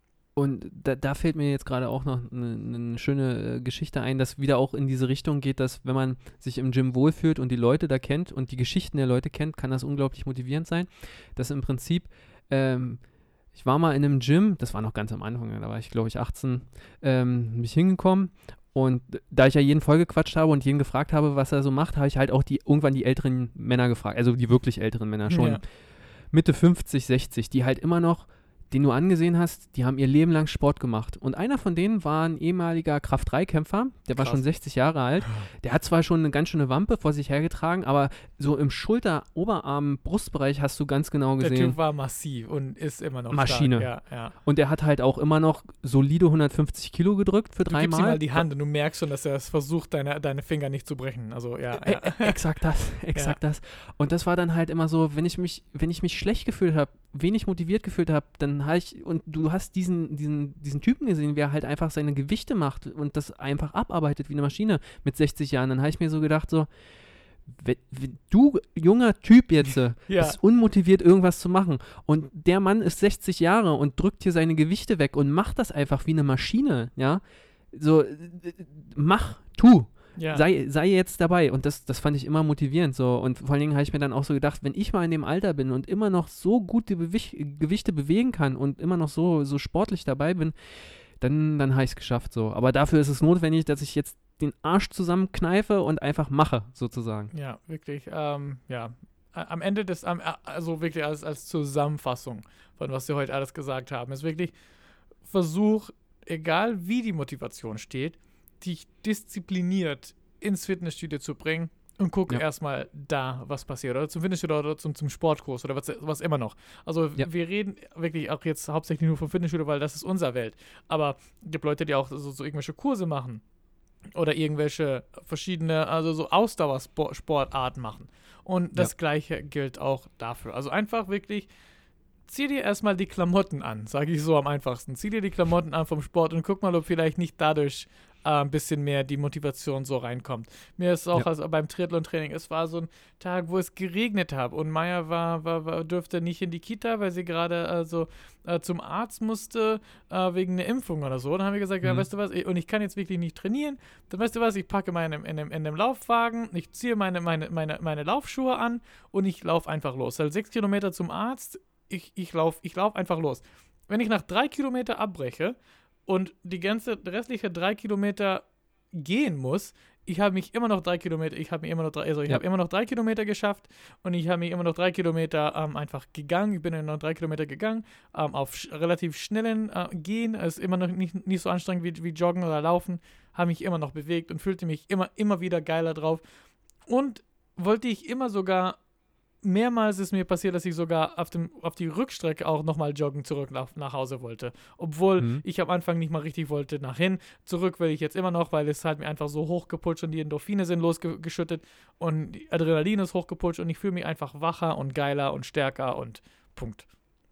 Und da, da fällt mir jetzt gerade auch noch eine, eine schöne äh, Geschichte ein, dass wieder auch in diese Richtung geht, dass wenn man sich im Gym wohlfühlt und die Leute da kennt und die Geschichten der Leute kennt, kann das unglaublich motivierend sein. Dass im Prinzip, ähm, ich war mal in einem Gym, das war noch ganz am Anfang, da war ich glaube ich achtzehn, ähm, bin ich hingekommen und da ich ja jeden vollgequatscht habe und jeden gefragt habe, was er so macht, habe ich halt auch die irgendwann die älteren Männer gefragt, also die wirklich älteren Männer, schon Ja. Mitte fünfzig, sechzig, die halt immer noch, den du angesehen hast, die haben ihr Leben lang Sport gemacht. Und einer von denen war ein ehemaliger Kraft drei Kämpfer, der war Krass. schon sechzig Jahre alt. Der hat zwar schon eine ganz schöne Wampe vor sich hergetragen, aber so im Schulter-, Oberarm-, Brustbereich hast du ganz genau Der gesehen. Typ war massiv und ist immer noch Maschine. stark. Ja, ja. Und er hat halt auch immer noch solide hundertfünfzig Kilo gedrückt für Du gibst ihm dreimal. mal die Hand und du merkst schon, dass er es versucht, deine, deine Finger nicht zu brechen. Also, ja, Ä- ja. ä- Exakt das, exakt das. Und das war dann halt immer so, wenn ich mich, wenn ich mich schlecht gefühlt habe, wenig motiviert gefühlt habe, dann habe ich, und du hast diesen, diesen, diesen Typen gesehen, wie er halt einfach seine Gewichte macht und das einfach abarbeitet wie eine Maschine mit sechzig Jahren, dann habe ich mir so gedacht, so, wenn, wenn du, junger Typ jetzt, äh, Ja. bist unmotiviert, irgendwas zu machen und der Mann ist sechzig Jahre und drückt hier seine Gewichte weg und macht das einfach wie eine Maschine, ja, so, äh, mach, tu. Ja. Sei, sei jetzt dabei. Und das, das fand ich immer motivierend. So. Und vor allen Dingen habe ich mir dann auch so gedacht, wenn ich mal in dem Alter bin und immer noch so gut die Bewich Gewichte bewegen kann und immer noch so, so sportlich dabei bin, dann, dann habe ich es geschafft. So. Aber dafür ist es notwendig, dass ich jetzt den Arsch zusammenkneife und einfach mache, sozusagen. Ja, wirklich. Ähm, ja. A- Am Ende des, am, also wirklich als, als Zusammenfassung von was wir heute alles gesagt haben, ist wirklich Versuch, egal wie die Motivation steht, dich diszipliniert ins Fitnessstudio zu bringen und guck Ja. erstmal da, was passiert. Oder zum Fitnessstudio oder zum, zum Sportkurs oder was, was immer noch. Also Ja. wir reden wirklich auch jetzt hauptsächlich nur vom Fitnessstudio, weil das ist unsere Welt. Aber es gibt Leute, die auch so, so irgendwelche Kurse machen oder irgendwelche verschiedene, also so Ausdauersportarten machen. Und das Ja. Gleiche gilt auch dafür. Also einfach wirklich, zieh dir erstmal die Klamotten an, sage ich so am einfachsten. Zieh dir die Klamotten an vom Sport und guck mal, ob vielleicht nicht dadurch äh, ein bisschen mehr die Motivation so reinkommt. Mir ist auch Ja. also beim Triathlon-Training, es war so ein Tag, wo es geregnet hat und Maya war, war, war, dürfte nicht in die Kita, weil sie gerade also äh, zum Arzt musste äh, wegen einer Impfung oder so. Dann haben wir gesagt, ja, Mhm. weißt du was, ich, und ich kann jetzt wirklich nicht trainieren. Dann weißt du was, ich packe meine in dem, in dem Laufwagen, ich ziehe meine, meine, meine, meine Laufschuhe an und ich laufe einfach los. Also sechs Kilometer zum Arzt, ich, ich laufe ich lauf einfach los. Wenn ich nach drei Kilometer abbreche und die ganze restliche drei Kilometer gehen muss, ich habe mich immer noch drei Kilometer, ich habe mir immer noch drei, also ich Ja. habe immer noch drei Kilometer geschafft und ich habe mich immer noch drei Kilometer ähm, einfach gegangen. Ich bin immer noch drei Kilometer gegangen, ähm, auf sch relativ schnellen äh, Gehen. Es ist immer noch nicht, nicht so anstrengend wie, wie Joggen oder Laufen. Habe mich immer noch bewegt und fühlte mich immer, immer wieder geiler drauf. Und wollte ich immer sogar, mehrmals ist mir passiert, dass ich sogar auf, dem, auf die Rückstrecke auch nochmal joggen zurück nach, nach Hause wollte. Obwohl Mhm. ich am Anfang nicht mal richtig wollte nach hin. Zurück will ich jetzt immer noch, weil es halt mir einfach so hochgeputscht und die Endorphine sind losgeschüttet und die Adrenalin ist hochgeputscht und ich fühle mich einfach wacher und geiler und stärker und Punkt.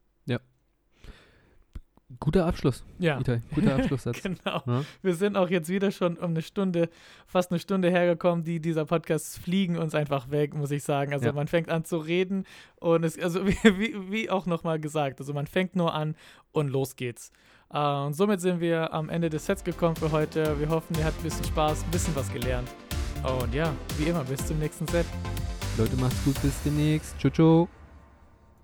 Guter Abschluss, Ja, Itai. Guter Abschlusssatz. genau. Ja? Wir sind auch jetzt wieder schon um eine Stunde, fast eine Stunde hergekommen, die dieser Podcast fliegen uns einfach weg, muss ich sagen. Also Ja. man fängt an zu reden und es, also wie, wie, wie auch nochmal gesagt, also man fängt nur an und los geht's. Äh, und somit sind wir am Ende des Sets gekommen für heute. Wir hoffen, ihr habt ein bisschen Spaß, ein bisschen was gelernt. Und ja, wie immer, bis zum nächsten Set. Leute, macht's gut, bis demnächst. Ciao, ciao.